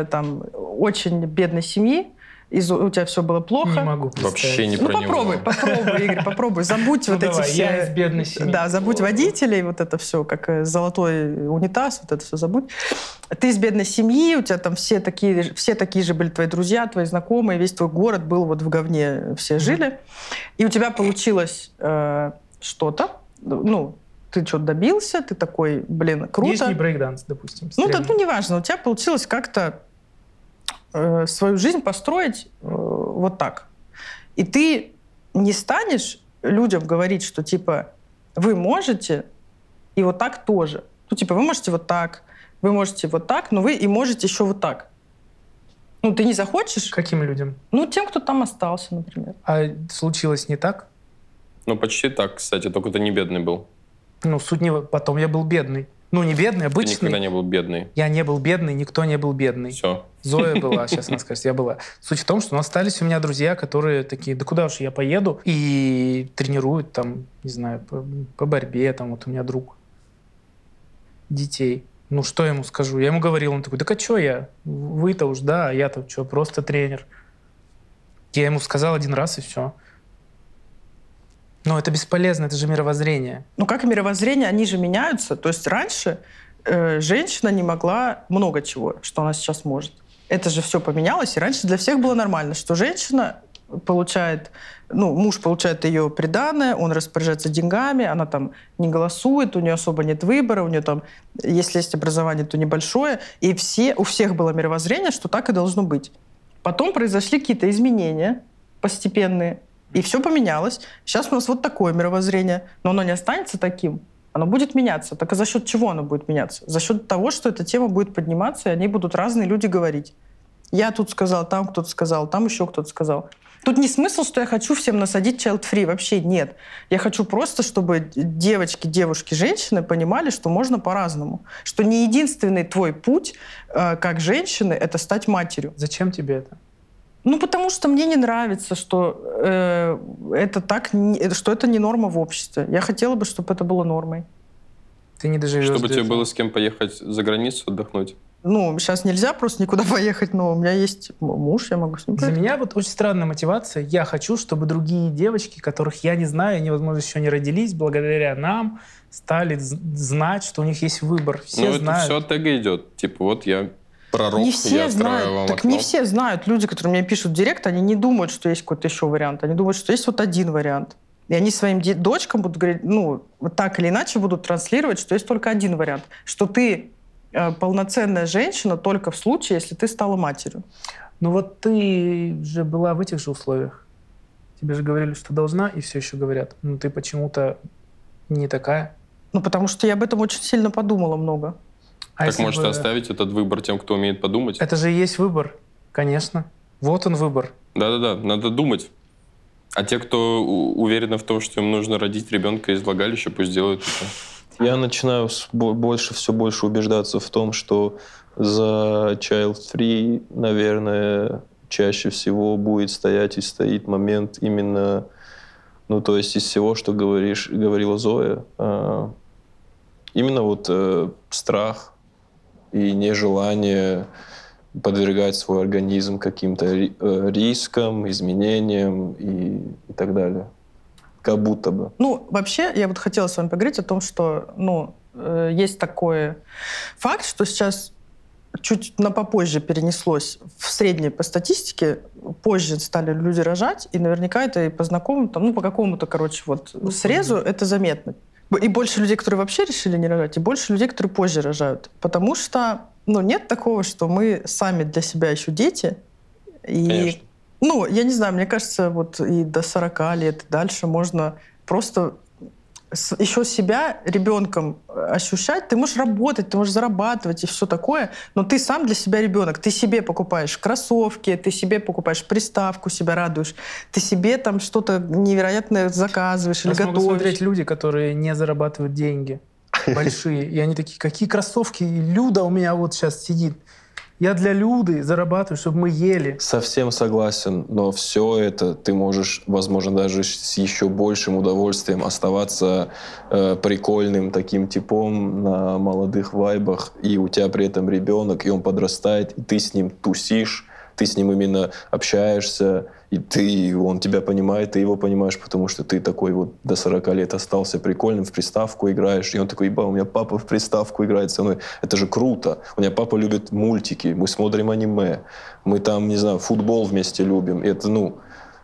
очень бедной семьи, у тебя все было плохо. Не могу представить. Вообще не про него. Попробуй, Игорь, попробуй. Забудь вот эти все... Я из бедной семьи. Да, забудь водителей, вот это все, как золотой унитаз, вот это все забудь. Ты из бедной семьи, у тебя там все такие же были твои друзья, твои знакомые, весь твой город был вот в говне, все жили. И у тебя получилось что-то, ты что-то добился, ты такой, круто. Нижний брейкданс, допустим. Неважно, у тебя получилось как-то свою жизнь построить вот так. И ты не станешь людям говорить, что типа вы можете и вот так тоже. Вы можете вот так, но вы и можете еще вот так. Ты не захочешь? Каким людям? Тем, кто там остался, например. А случилось не так? Почти так, кстати, только ты не бедный был. Суть не... Потом я был бедный. Не бедный, обычный. Ты никогда не был бедный. Я не был бедный, никто не был бедный. Все. Зоя была, сейчас она скажет, я была. Суть в том, что остались у меня друзья, которые такие, да куда уж я поеду, и тренируют там, не знаю, по борьбе, там вот у меня друг детей. Что я ему скажу? Я ему говорил, он такой, да а что я? Вы-то уж, да, а я-то что, просто тренер. Я ему сказал один раз, и все. Но это бесполезно, это же мировоззрение. Как и мировоззрение, они же меняются. То есть раньше женщина не могла много чего, что она сейчас может. Это же все поменялось, и раньше для всех было нормально, что женщина получает, муж получает ее приданое, он распоряжается деньгами, она там не голосует, у нее особо нет выбора, у нее там, если есть образование, то небольшое. И у всех было мировоззрение, что так и должно быть. Потом произошли какие-то изменения постепенные, и все поменялось. Сейчас у нас вот такое мировоззрение, но оно не останется таким. Оно будет меняться. Так а за счет чего оно будет меняться? За счет того, что эта тема будет подниматься, и они будут разные люди говорить. Я тут сказал, там кто-то сказал, там еще кто-то сказал. Тут не смысл, что я хочу всем насадить child-free. Вообще нет. Я хочу просто, чтобы девочки, девушки, женщины понимали, что можно по-разному. Что не единственный твой путь как женщины — это стать матерью. Зачем тебе это? Ну, потому что мне не нравится, что это так, что это не норма в обществе. Я хотела бы, чтобы это было нормой. Ты не доживешь. Чтобы тебе было с кем поехать за границу отдохнуть. Ну, сейчас нельзя просто никуда поехать, но у меня есть муж, я могу с ним поехать. Для меня вот очень странная мотивация. Я хочу, чтобы другие девочки, которых я не знаю, они, возможно, еще не родились, благодаря нам стали знать, что у них есть выбор. Все знают. Это все от эго идет. Типа, вот я пророк, не все я знают. открываю вам Так окно. не все знают. Люди, которые мне пишут в директ, они не думают, что есть какой-то еще вариант. Они думают, что есть вот один вариант. И они своим дочкам будут говорить, ну, вот так или иначе будут транслировать, что есть только один вариант. Что ты полноценная женщина только в случае, если ты стала матерью. Ну вот ты же была в этих же условиях. Тебе же говорили, что должна, и все еще говорят. Ну ты почему-то не такая. Ну потому что я об этом очень сильно подумала много. А Так может оставить этот выбор тем, кто умеет подумать? Это же и есть выбор, конечно. Вот он выбор. Да-да-да, надо думать. А те, кто уверены в том, что им нужно родить ребенка из влагалища, пусть делают это. Я начинаю все больше убеждаться в том, что за child-free, наверное, чаще всего будет стоять и стоит момент именно, ну, то есть из всего, что говорила Зоя, именно вот страх и нежелание подвергать свой организм каким-то рискам, изменениям и так далее. Как будто бы. Ну, вообще, я вот хотела с вами поговорить о том, что, ну, есть такой факт, что сейчас чуть на попозже перенеслось в среднее по статистике, позже стали люди рожать, и наверняка это и по знакомым, там, ну, по какому-то, короче, вот срезу это заметно. И больше людей, которые вообще решили не рожать, и больше людей, которые позже рожают. Потому что, ну, нет такого, что мы сами для себя еще дети. И Конечно. ну, я не знаю, мне кажется, вот и до 40 лет, и дальше можно просто еще себя ребенком ощущать. Ты можешь работать, ты можешь зарабатывать и все такое, но ты сам для себя ребенок. Ты себе покупаешь кроссовки, ты себе покупаешь приставку, себя радуешь. Ты себе там что-то невероятное заказываешь или Нас могут готовишь. смотреть люди, которые не зарабатывают деньги большие. И они такие, какие кроссовки? И Люда у меня вот сейчас сидит. Я для Люды зарабатываю, чтобы мы ели. Совсем согласен, но все это ты можешь, возможно, даже с еще большим удовольствием оставаться прикольным таким типом на молодых вайбах, и у тебя при этом ребенок, и он подрастает, и ты с ним тусишь, ты с ним именно общаешься, и он тебя понимает, ты его понимаешь, потому что ты такой вот до 40 лет остался прикольным, в приставку играешь, и он такой, еба, у меня папа в приставку играет со мной. Это же круто. У меня папа любит мультики, мы смотрим аниме, мы там, не знаю, футбол вместе любим. И это, ну,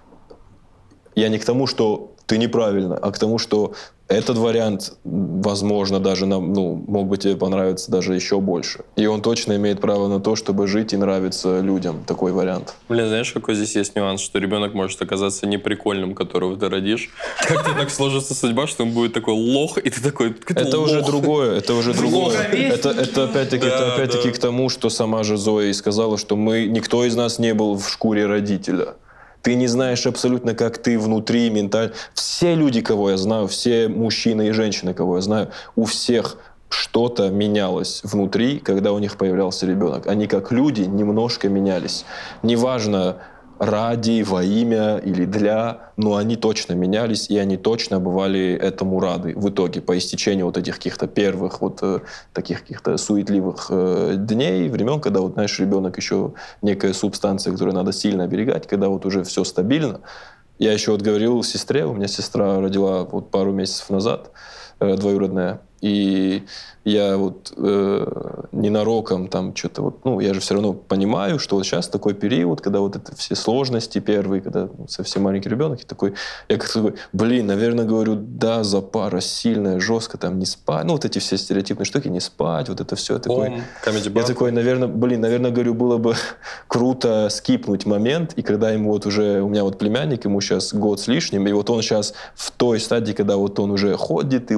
я не к тому, что ты неправильно, а к тому, что этот вариант, возможно, даже нам, ну, мог бы тебе понравиться даже еще больше. И он точно имеет право на то, чтобы жить и нравиться людям. Такой вариант. Блин, знаешь, какой здесь есть нюанс, что ребенок может оказаться неприкольным, которого ты родишь. Как-то так сложится судьба, что он будет такой лох, и ты такой, Это уже другое, это уже другое. Лох. Это опять-таки к тому, что сама же Зоя и сказала, что никто из нас не был в шкуре родителя. Ты не знаешь абсолютно, как ты внутри ментально. Все люди, кого я знаю, все мужчины и женщины, кого я знаю, у всех что-то менялось внутри, когда у них появлялся ребенок. Они как люди немножко менялись. Неважно, ради, во имя или для, но они точно менялись, и они точно бывали этому рады в итоге, по истечению вот этих каких-то первых вот таких каких-то суетливых дней, времен, когда вот, знаешь, ребенок еще некая субстанция, которую надо сильно оберегать, когда вот уже все стабильно. Я еще вот говорил сестре, у меня сестра родила вот пару месяцев назад, двоюродная, и я вот ненароком там что-то вот, ну, я же все равно понимаю, что вот сейчас такой период, когда вот это все сложности первые, когда совсем маленький ребенок, и такой, я как-то такой, блин, наверное, говорю, да, запара сильная, жестко, там, не спать, ну, вот эти все стереотипные штуки, не спать, вот это все. Такой, я такой, наверное, говорю, было бы круто скипнуть момент, и когда ему вот уже, у меня вот племянник, ему сейчас год с лишним, и вот он сейчас в той стадии, когда вот он уже ходит, и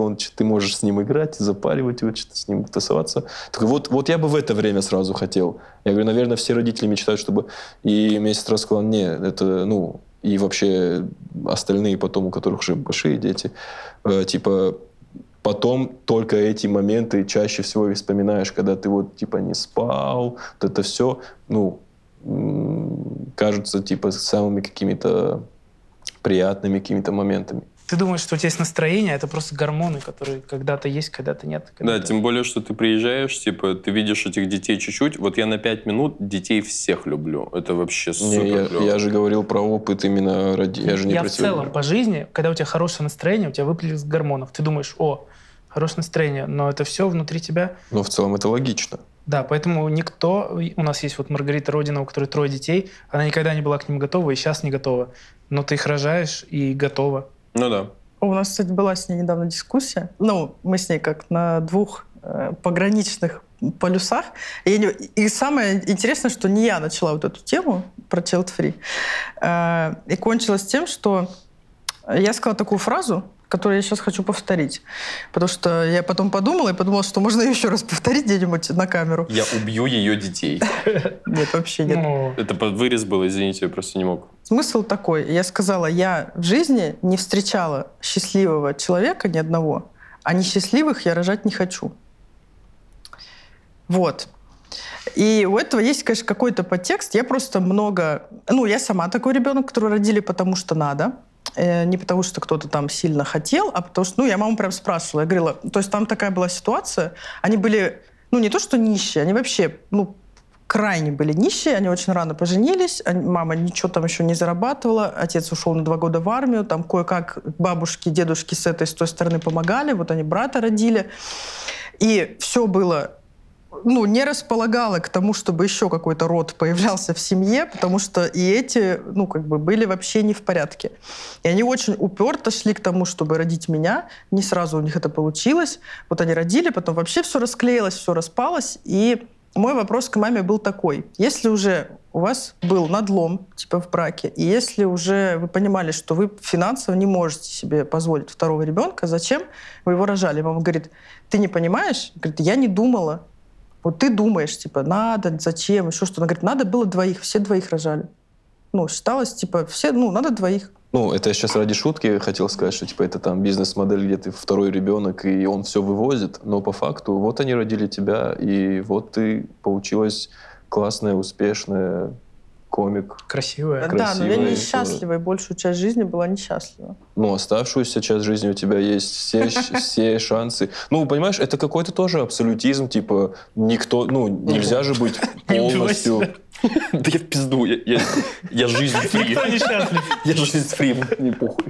ты можешь с ним играть, запаривать его, что-то с ним тусоваться. Так вот я бы в это время сразу хотел. Я говорю, наверное, все родители мечтают, чтобы... И моя сестра сказала, нет, это, ну... И вообще остальные потом, у которых уже большие дети, типа... Потом только эти моменты чаще всего и вспоминаешь, когда ты вот типа не спал, вот это все, ну, кажутся типа самыми какими-то приятными какими-то моментами. Ты думаешь, что у тебя есть настроение, это просто гормоны, которые когда-то есть, когда-то нет. Да, тем более, что ты приезжаешь, типа, ты видишь этих детей чуть-чуть. Вот я на 5 минут детей всех люблю. Это вообще супер клево. Я же говорил про опыт именно я же не Я про в себя целом говорю. по жизни, когда у тебя хорошее настроение, у тебя выплеск гормонов. Ты думаешь, хорошее настроение, но это все внутри тебя. Но в целом это логично. Да, поэтому никто... У нас есть вот Маргарита Родина, у которой 3 детей. Она никогда не была к ним готова и сейчас не готова. Но ты их рожаешь и готова. Ну да. У нас, кстати, была с ней недавно дискуссия. Ну, мы с ней как на 2 пограничных полюсах. И самое интересное, что не я начала вот эту тему про child-free. И кончилось тем, что я сказала такую фразу, которую я сейчас хочу повторить. Потому что я потом подумала, что можно ее еще раз повторить где-нибудь на камеру. Я убью ее детей. Нет, вообще нет. Ну, Это под вырез был, извините, я просто не мог. Смысл такой. Я сказала, я в жизни не встречала счастливого человека ни одного, а несчастливых я рожать не хочу. Вот. И у этого есть, конечно, какой-то подтекст. Я просто я сама такой ребенок, который родили потому что надо. Не потому что кто-то там сильно хотел, а потому что, я маму прям спрашивала. Я говорила, то есть там такая была ситуация. Они были, не то что нищие, они вообще, крайне были нищие. Они очень рано поженились. Мама ничего там еще не зарабатывала. Отец ушел на 2 года в армию. Там кое-как бабушки, дедушки с той стороны помогали. Вот они брата родили. И все было... не располагала к тому, чтобы еще какой-то род появлялся в семье, потому что и эти, были вообще не в порядке. И они очень уперто шли к тому, чтобы родить меня. Не сразу у них это получилось. Вот они родили, потом вообще все расклеилось, все распалось. И мой вопрос к маме был такой. Если уже у вас был надлом, в браке, и если уже вы понимали, что вы финансово не можете себе позволить 2-го ребенка, зачем вы его рожали? Мама говорит, ты не понимаешь? Говорит, я не думала. Вот ты думаешь, надо, зачем, еще что-то. Она говорит, надо было 2, все 2 рожали. Считалось, все, надо 2. Это я сейчас ради шутки хотел сказать, что это там бизнес-модель, где ты 2-й ребенок, и он все вывозит. Но по факту вот они родили тебя, и вот ты получилась классная, успешная, комик. красивая. Да, но я Красивая, несчастлива, и большую часть жизни была несчастлива. Оставшуюся часть жизни у тебя есть все шансы. Понимаешь, это какой-то тоже абсолютизм, никто, нельзя же быть полностью... Да я в пизду, я жизнь фри. Никто не счастлив. Я жизнь фри, не похуй.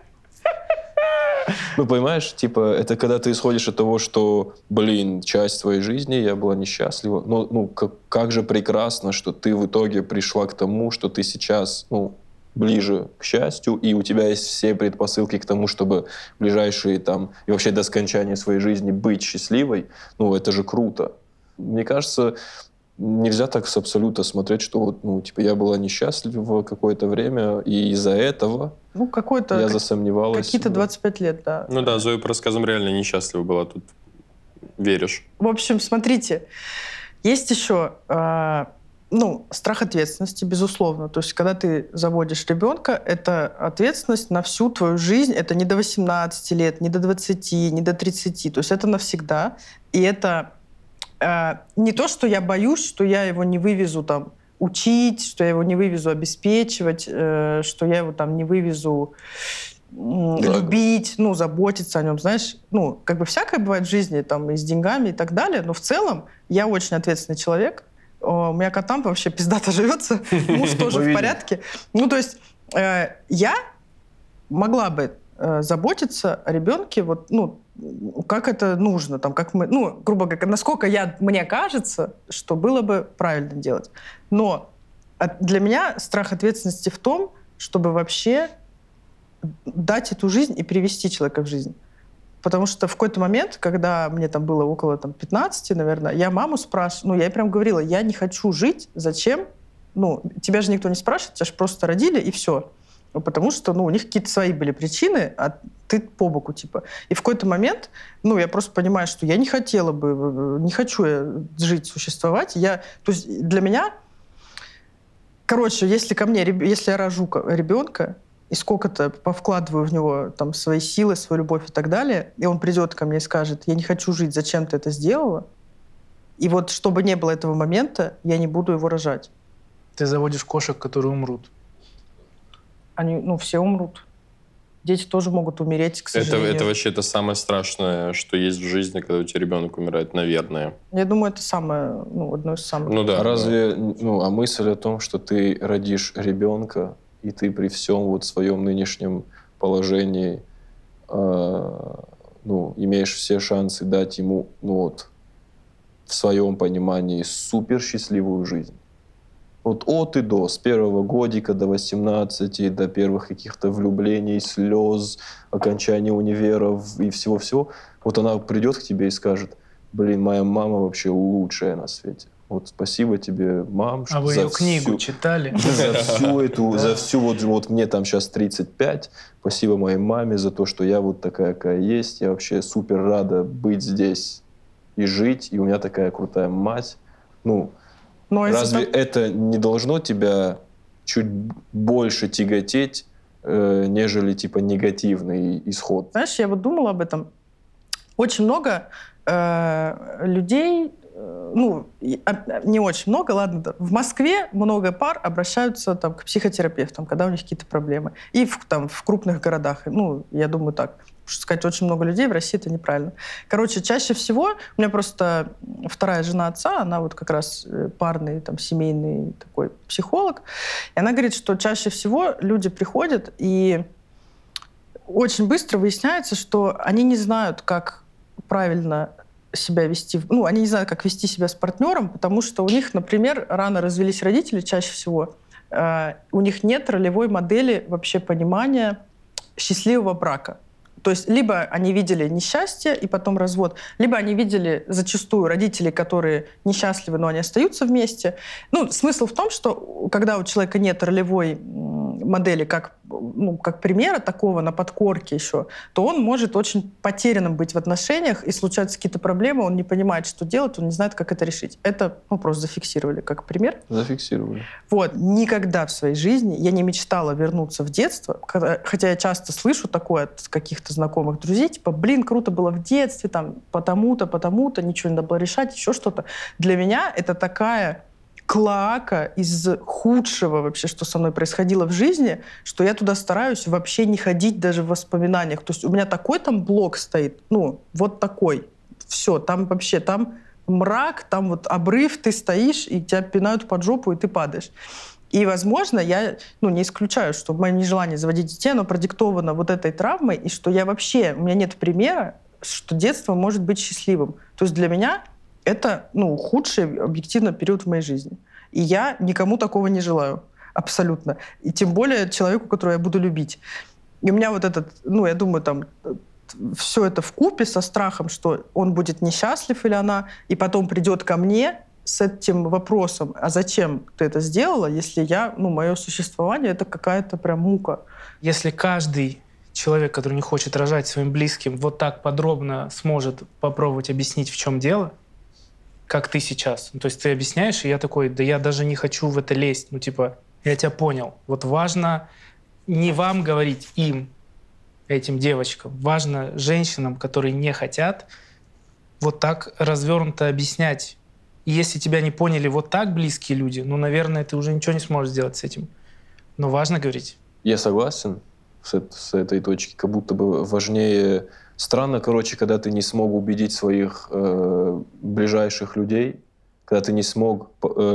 Понимаешь, это когда ты исходишь от того, что, часть твоей жизни я была несчастлива. Но как же прекрасно, что ты в итоге пришла к тому, что ты сейчас, ближе к счастью, и у тебя есть все предпосылки к тому, чтобы в ближайшие и вообще до скончания своей жизни быть счастливой. Это же круто. Мне кажется, нельзя так с абсолюта смотреть, что я была несчастлива какое-то время, и из-за этого я засомневалась. Какие-то 25 лет, да. Да, Зоя по рассказам реально несчастлива была тут. Веришь? В общем, смотрите, есть еще страх ответственности, безусловно. То есть, когда ты заводишь ребенка, это ответственность на всю твою жизнь. Это не до 18 лет, не до 20, не до 30. То есть это навсегда. И это не то, что я боюсь, что я его не вывезу учить, что я его не вывезу обеспечивать, что я его не вывезу любить, заботиться о нем, знаешь. Всякое бывает в жизни, и с деньгами и так далее, но в целом я очень ответственный человек. У меня котам вообще пиздато живется, муж тоже в порядке. То есть я могла бы заботиться о ребенке, как это нужно, как мы, грубо говоря, насколько мне кажется, что было бы правильно делать. Но для меня страх ответственности в том, чтобы вообще дать эту жизнь и привести человека в жизнь. Потому что в какой-то момент, когда мне было около 15, наверное, я маму спрашивала, я ей прям говорила, я не хочу жить, зачем? Тебя же никто не спрашивает, тебя же просто родили, и все. Потому что, у них какие-то свои были причины, а ты по боку, типа. И в какой-то момент, я просто понимаю, что я не хотела бы, не хочу я жить, существовать. То есть для меня, если если я рожу ребенка, и сколько-то повкладываю в него там свои силы, свою любовь и так далее, и он придет ко мне и скажет, я не хочу жить, зачем ты это сделала? И вот чтобы не было этого момента, я не буду его рожать. Ты заводишь кошек, которые умрут. Они, все умрут. Дети тоже могут умереть, к сожалению. Это вообще это самое страшное, что есть в жизни, когда у тебя ребенок умирает, наверное. Я думаю, это самое, одно из самых. Ну да. А мысль о том, что ты родишь ребенка, и ты при всем своем нынешнем положении имеешь все шансы дать ему, в своем понимании, супер счастливую жизнь. От и до, с первого годика до 18, до первых каких-то влюблений, слез, окончания универов и всего-всего. Она придет к тебе и скажет, моя мама вообще лучшая на свете. Спасибо тебе, мам. А вы ее книгу читали? За всю, мне там сейчас 35. Спасибо моей маме за то, что я такая, какая есть. Я вообще супер рада быть здесь и жить. И у меня такая крутая мать. Разве это не должно тебя чуть больше тяготеть, нежели негативный исход? Знаешь, я думала об этом. Очень много людей, не очень много, ладно, в Москве много пар обращаются к психотерапевтам, когда у них какие-то проблемы. И в крупных городах, я думаю так. Потому что сказать, очень много людей в России — это неправильно. Чаще всего у меня просто вторая жена отца, она как раз парный, семейный такой психолог, и она говорит, что чаще всего люди приходят, и очень быстро выясняется, что они не знают, как правильно себя вести, они не знают, как вести себя с партнером, потому что у них, например, рано развелись родители, чаще всего, у них нет ролевой модели вообще понимания счастливого брака. То есть либо они видели несчастье и потом развод, либо они видели зачастую родителей, которые несчастливы, но они остаются вместе. Смысл в том, что когда у человека нет ролевой модели как примера такого на подкорке еще, то он может очень потерянным быть в отношениях, и случаются какие-то проблемы, он не понимает, что делать, он не знает, как это решить. Это просто зафиксировали как пример. Зафиксировали. Никогда в своей жизни я не мечтала вернуться в детство, хотя я часто слышу такое от каких-то знакомых друзей, круто было в детстве, потому-то, ничего не надо было решать, еще что-то. Для меня это такая клоака из худшего вообще, что со мной происходило в жизни, что я туда стараюсь вообще не ходить даже в воспоминаниях. То есть у меня такой там блок стоит, такой. Все, там вообще, мрак, обрыв, ты стоишь, и тебя пинают под жопу, и ты падаешь. И, возможно, я не исключаю, что мое нежелание заводить детей, оно продиктовано этой травмой, и что у меня нет примера, что детство может быть счастливым. То есть для меня это, худший объективно период в моей жизни. И я никому такого не желаю. Абсолютно. И тем более человеку, которого я буду любить. И у меня я думаю, все это вкупе со страхом, что он будет несчастлив или она, и потом придет ко мне с этим вопросом, а зачем ты это сделала, если мое существование — это какая-то прям мука. Если каждый человек, который не хочет рожать своим близким, так подробно сможет попробовать объяснить, в чем дело, как ты сейчас. То есть ты объясняешь, и я такой, да я даже не хочу в это лезть. Я тебя понял. Важно не вам говорить им, этим девочкам. Важно женщинам, которые не хотят, так развернуто объяснять. И если тебя не поняли так близкие люди, наверное, ты уже ничего не сможешь сделать с этим. Но важно говорить. Я согласен с этой точки. Как будто бы важнее... Странно, когда ты не смог убедить своих ближайших людей, когда ты не смог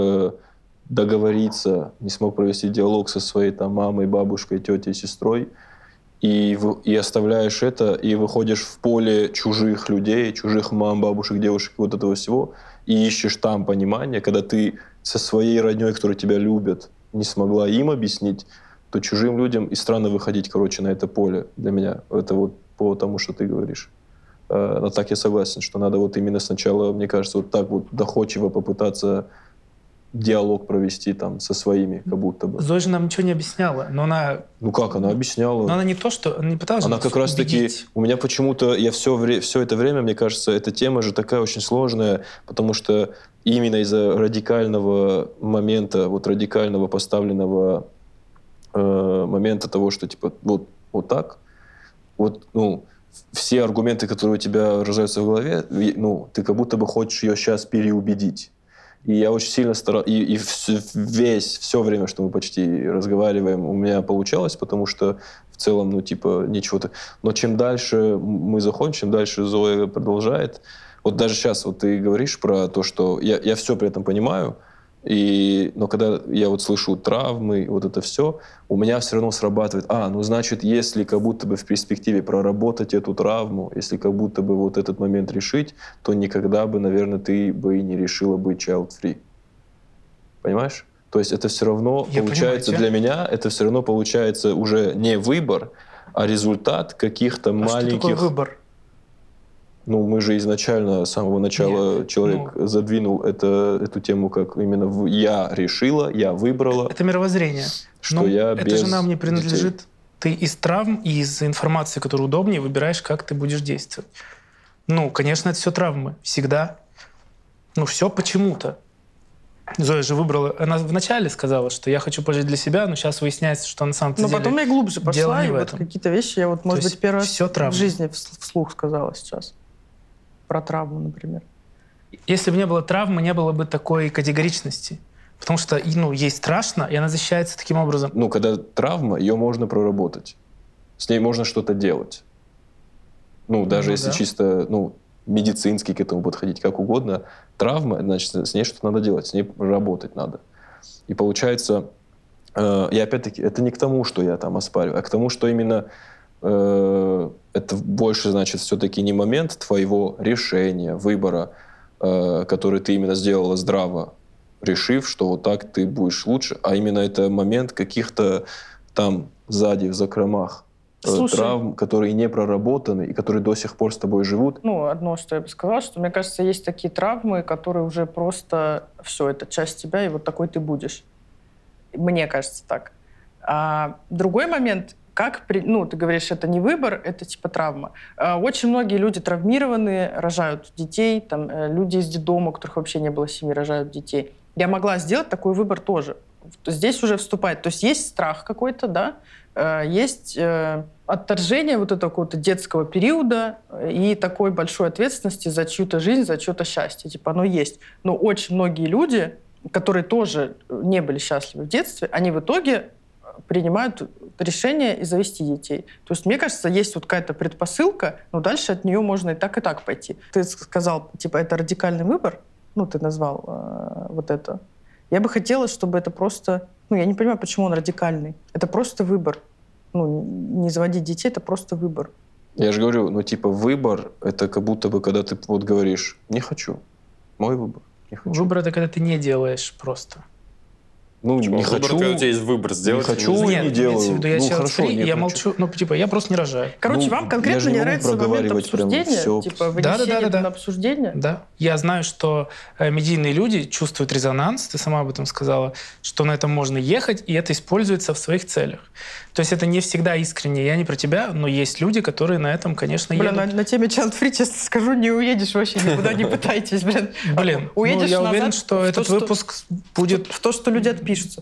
договориться, не смог провести диалог со своей мамой, бабушкой, тетей, сестрой, и оставляешь это, и выходишь в поле чужих людей, чужих мам, бабушек, девушек, этого всего, и ищешь там понимание, когда ты со своей родней, которая тебя любит, не смогла им объяснить, то чужим людям и странно выходить, на это поле для меня. Это по тому, что ты говоришь. Но так я согласен, что надо именно сначала, мне кажется, так доходчиво попытаться диалог провести там со своими, как будто бы. Зоя же нам ничего не объясняла, но она... Ну как, она объясняла. Но она не то, что... Она не пыталась Она как раз-таки... У меня почему-то... Я все это время, мне кажется, эта тема же такая очень сложная, потому что именно из-за радикального момента, вот радикального поставленного момента того, что типа вот так, вот, ну, все аргументы, которые у тебя рождаются в голове, ну, ты как будто бы хочешь ее сейчас переубедить. И я очень сильно старался, и все время, что мы почти разговариваем, у меня получалось, потому что в целом, ну, типа, ничего-то. Но чем дальше мы заходим, чем дальше Зоя продолжает, вот даже сейчас вот ты говоришь про то, что я все при этом понимаю, но когда я вот слышу травмы, вот это все, у меня все равно срабатывает, ну, значит, если как будто бы в перспективе проработать эту травму, если как будто бы вот этот момент решить, то никогда бы, наверное, ты бы и не решила быть child-free. Понимаешь? То есть это все равно получается для меня, это все равно получается уже не выбор, а результат каких-то маленьких... Что такое выбор? Ну, мы же изначально, с самого начала человек задвинул эту тему как именно я решила, я выбрала. Это мировоззрение. Что я это без же нам не принадлежит. детей. Ты из травм и из информации, которая удобнее, выбираешь, как ты будешь действовать. Ну, конечно, это все травмы. Всегда. Ну, все почему-то. Зоя же выбрала... Она вначале сказала, что я хочу пожить для себя, но сейчас выясняется, что на самом деле... Но потом я глубже пошла, и вот этом. какие-то вещи я вот, может быть, первый раз травмы. В жизни вслух сказала сейчас. Про травму, например. Если бы не было травмы, не было бы такой категоричности. Потому что, ну, ей страшно, и она защищается таким образом. Ну, когда травма, ее можно проработать. С ней можно что-то делать. Ну, даже если чисто, медицински к этому подходить, как угодно. Травма, значит, с ней что-то надо делать, с ней работать надо. И получается, и опять-таки, это не к тому, что я там оспариваю, а к тому, что именно это больше, значит, все-таки не момент твоего решения, выбора, который ты именно сделала здраво, решив, что вот так ты будешь лучше, а именно это момент каких-то там сзади, в закромах травм, которые не проработаны и которые до сих пор с тобой живут. Ну, одно, что я бы сказала, что, мне кажется, есть такие травмы, которые уже просто все, это часть тебя, и вот такой ты будешь. Мне кажется так. А другой момент, ты говоришь, это не выбор, это типа травма. Очень многие люди травмированные, рожают детей, там, люди из детдома, у которых вообще не было семьи, рожают детей. Я могла сделать такой выбор тоже. Здесь уже вступает. То есть есть страх какой-то, да, есть отторжение вот этого какого-то детского периода и такой большой ответственности за чью-то жизнь, за чье-то счастье. Типа оно есть. Но очень многие люди, которые тоже не были счастливы в детстве, они в итоге принимают решение и завести детей. То есть, мне кажется, есть вот какая-то предпосылка, но дальше от нее можно и так пойти. Ты сказал, типа, это радикальный выбор, ты назвал вот это. Я бы хотела, чтобы это просто... я не понимаю, почему он радикальный. Это просто выбор. Не заводить детей — это просто выбор. Я же говорю, выбор — это как будто бы, когда ты вот говоришь, не хочу, мой выбор, не хочу. Выбор — это когда ты не делаешь просто. Не хочу. Когда у тебя есть выбор сделать. Не хочу и не делаю. Я хорошо, я молчу. Я просто не рожаю. Короче, вам конкретно не нравится момент обсуждения? Типа вынесение на обсуждение? Да. Я знаю, что медийные люди чувствуют резонанс, ты сама об этом сказала, что на этом можно ехать, и это используется в своих целях. То есть это не всегда искренне. Я не про тебя, но есть люди, которые на этом, конечно, едут. На теме child-free, честно скажу, не уедешь вообще никуда, не пытайтесь, Уедешь я уверен, что этот выпуск будет... В то, что люди отпишутся.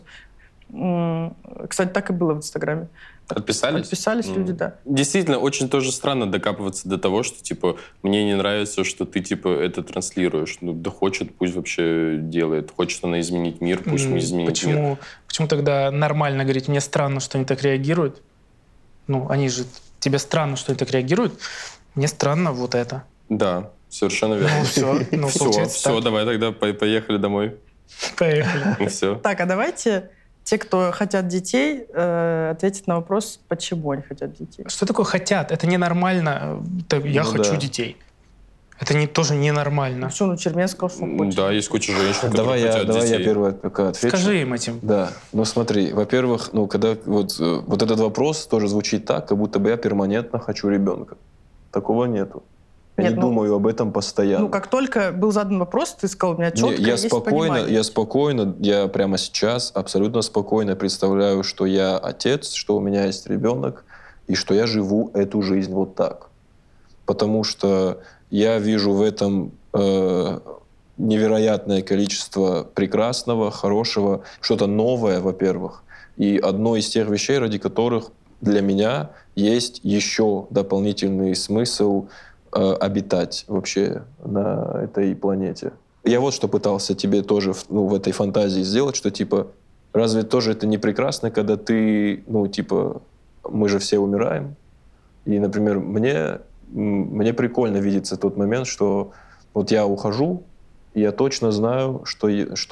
Кстати, так и было в Инстаграме. Отписались? Отписались люди, да. Действительно, очень тоже странно докапываться до того, что, мне не нравится, что ты, это транслируешь. Да хочет, пусть вообще делает. Хочет она изменить мир, пусть не изменит мир. Почему тогда нормально говорить, мне странно, что они так реагируют? Они же... Тебе странно, что они так реагируют. Мне странно вот это. Да, совершенно верно. Все, давай тогда поехали домой. Поехали. Все. Так, а давайте... Те, кто хотят детей, ответят на вопрос, почему они хотят детей. Что такое хотят? Это ненормально. Я хочу детей. Это тоже ненормально. Что, Чермен сказал, что он хочет? Да, есть куча женщин, которые хотят детей. Давай я первый пока отвечу. Скажи им этим. Да. Смотри, во-первых, когда вот этот вопрос тоже звучит так, как будто бы я перманентно хочу ребенка. Такого нету. Я Нет, не думаю об этом постоянно. Ну, как только был задан вопрос, ты сказал, у меня четко есть понимание. Я прямо сейчас абсолютно спокойно представляю, что я отец, что у меня есть ребенок, и что я живу эту жизнь вот так. Потому что я вижу в этом невероятное количество прекрасного, хорошего, что-то новое, во-первых. И одно из тех вещей, ради которых для меня есть еще дополнительный смысл обитать вообще на этой планете. Я вот что пытался тебе тоже в этой фантазии сделать, что типа, разве тоже это не прекрасно, когда ты, мы же все умираем. И, например, мне прикольно видится тот момент, что вот я ухожу, и я точно знаю, что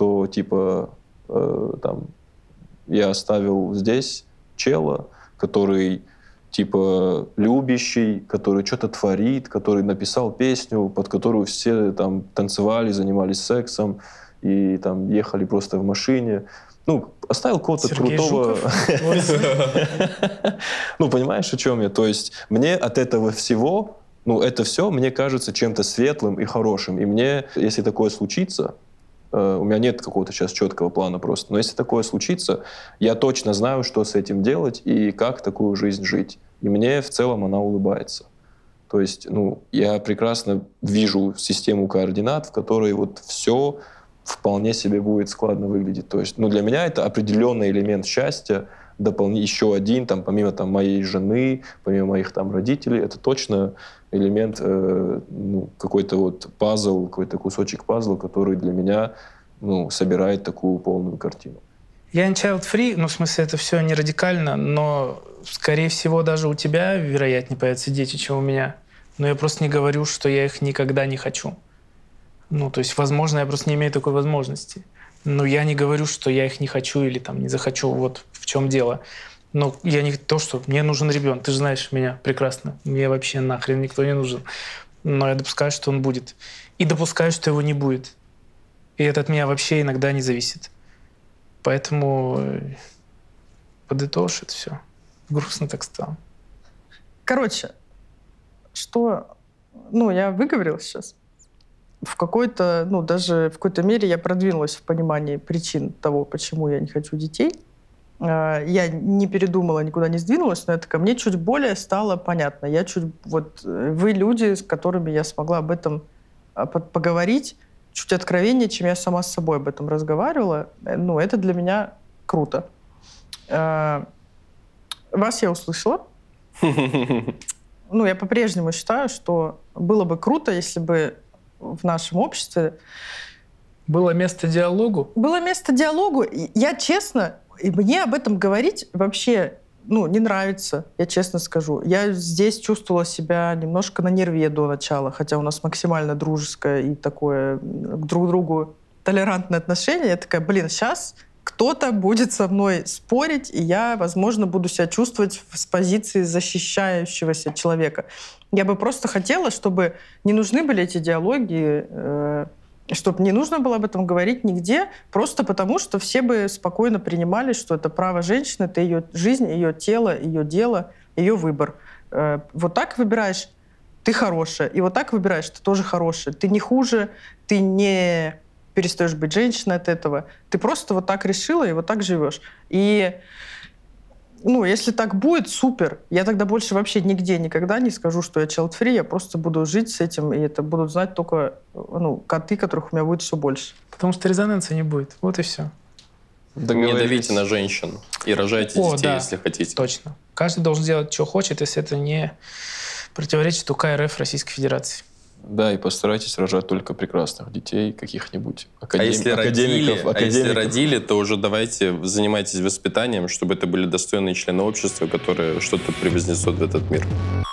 я оставил здесь чела, который любящий, который что-то творит, который написал песню, под которую все там танцевали, занимались сексом и там ехали просто в машине. Оставил кого-то крутого. Понимаешь, о чем я? То есть мне от этого всего, это все, мне кажется чем-то светлым и хорошим. И мне, если такое случится, у меня нет какого-то сейчас четкого плана просто, но если такое случится, я точно знаю, что с этим делать и как такую жизнь жить. И мне в целом она улыбается. То есть, я прекрасно вижу систему координат, в которой вот все вполне себе будет складно выглядеть. То есть, для меня это определенный элемент счастья, еще один, помимо моей жены, помимо моих родителей, это точно элемент, какой-то вот пазл, какой-то кусочек пазла, который для меня, собирает такую полную картину. Я не child-free, в смысле, это все не радикально, но, скорее всего, даже у тебя, вероятнее, появятся дети, чем у меня. Но я просто не говорю, что я их никогда не хочу. То есть, возможно, я просто не имею такой возможности. Но я не говорю, что я их не хочу или не захочу. Вот в чем дело. Но я не то, что мне нужен ребенок. Ты же знаешь меня прекрасно. Мне вообще нахрен никто не нужен. Но я допускаю, что он будет. И допускаю, что его не будет. И это от меня вообще иногда не зависит. Поэтому подытожь это все. Грустно так стало. Короче, я выговорил сейчас. В какой-то, даже в какой-то мере я продвинулась в понимании причин того, почему я не хочу детей. Я не передумала, никуда не сдвинулась, но это ко мне чуть более стало понятно. Вы люди, с которыми я смогла об этом поговорить, чуть откровеннее, чем я сама с собой об этом разговаривала. Это для меня круто. Вас я услышала. Я по-прежнему считаю, что было бы круто, если бы в нашем обществе было место диалогу? Было место диалогу. Я честно, и мне об этом говорить вообще не нравится, я честно скажу. Я здесь чувствовала себя немножко на нерве до начала, хотя у нас максимально дружеское и такое к друг другу толерантное отношение. Я такая, сейчас кто-то будет со мной спорить, и я, возможно, буду себя чувствовать с позиции защищающегося человека. Я бы просто хотела, чтобы не нужны были эти диалоги, чтобы не нужно было об этом говорить нигде, просто потому, что все бы спокойно принимали, что это право женщины, это ее жизнь, ее тело, ее дело, ее выбор. Вот так выбираешь, ты хорошая, и вот так выбираешь, ты тоже хорошая. Ты не хуже, ты не перестаешь быть женщиной от этого. Ты просто вот так решила и вот так живешь. И если так будет, супер. Я тогда больше вообще нигде никогда не скажу, что я child-free, я просто буду жить с этим, и это будут знать только коты, которых у меня будет все больше. Потому что резонанса не будет. Вот и все. Не давите на женщин и рожайте детей, если хотите. Точно. Каждый должен делать, что хочет, если это не противоречит УК РФ Российской Федерации. Да, и постарайтесь рожать только прекрасных детей, каких-нибудь академиков. А если родили, то уже давайте занимайтесь воспитанием, чтобы это были достойные члены общества, которые что-то привнесут в этот мир.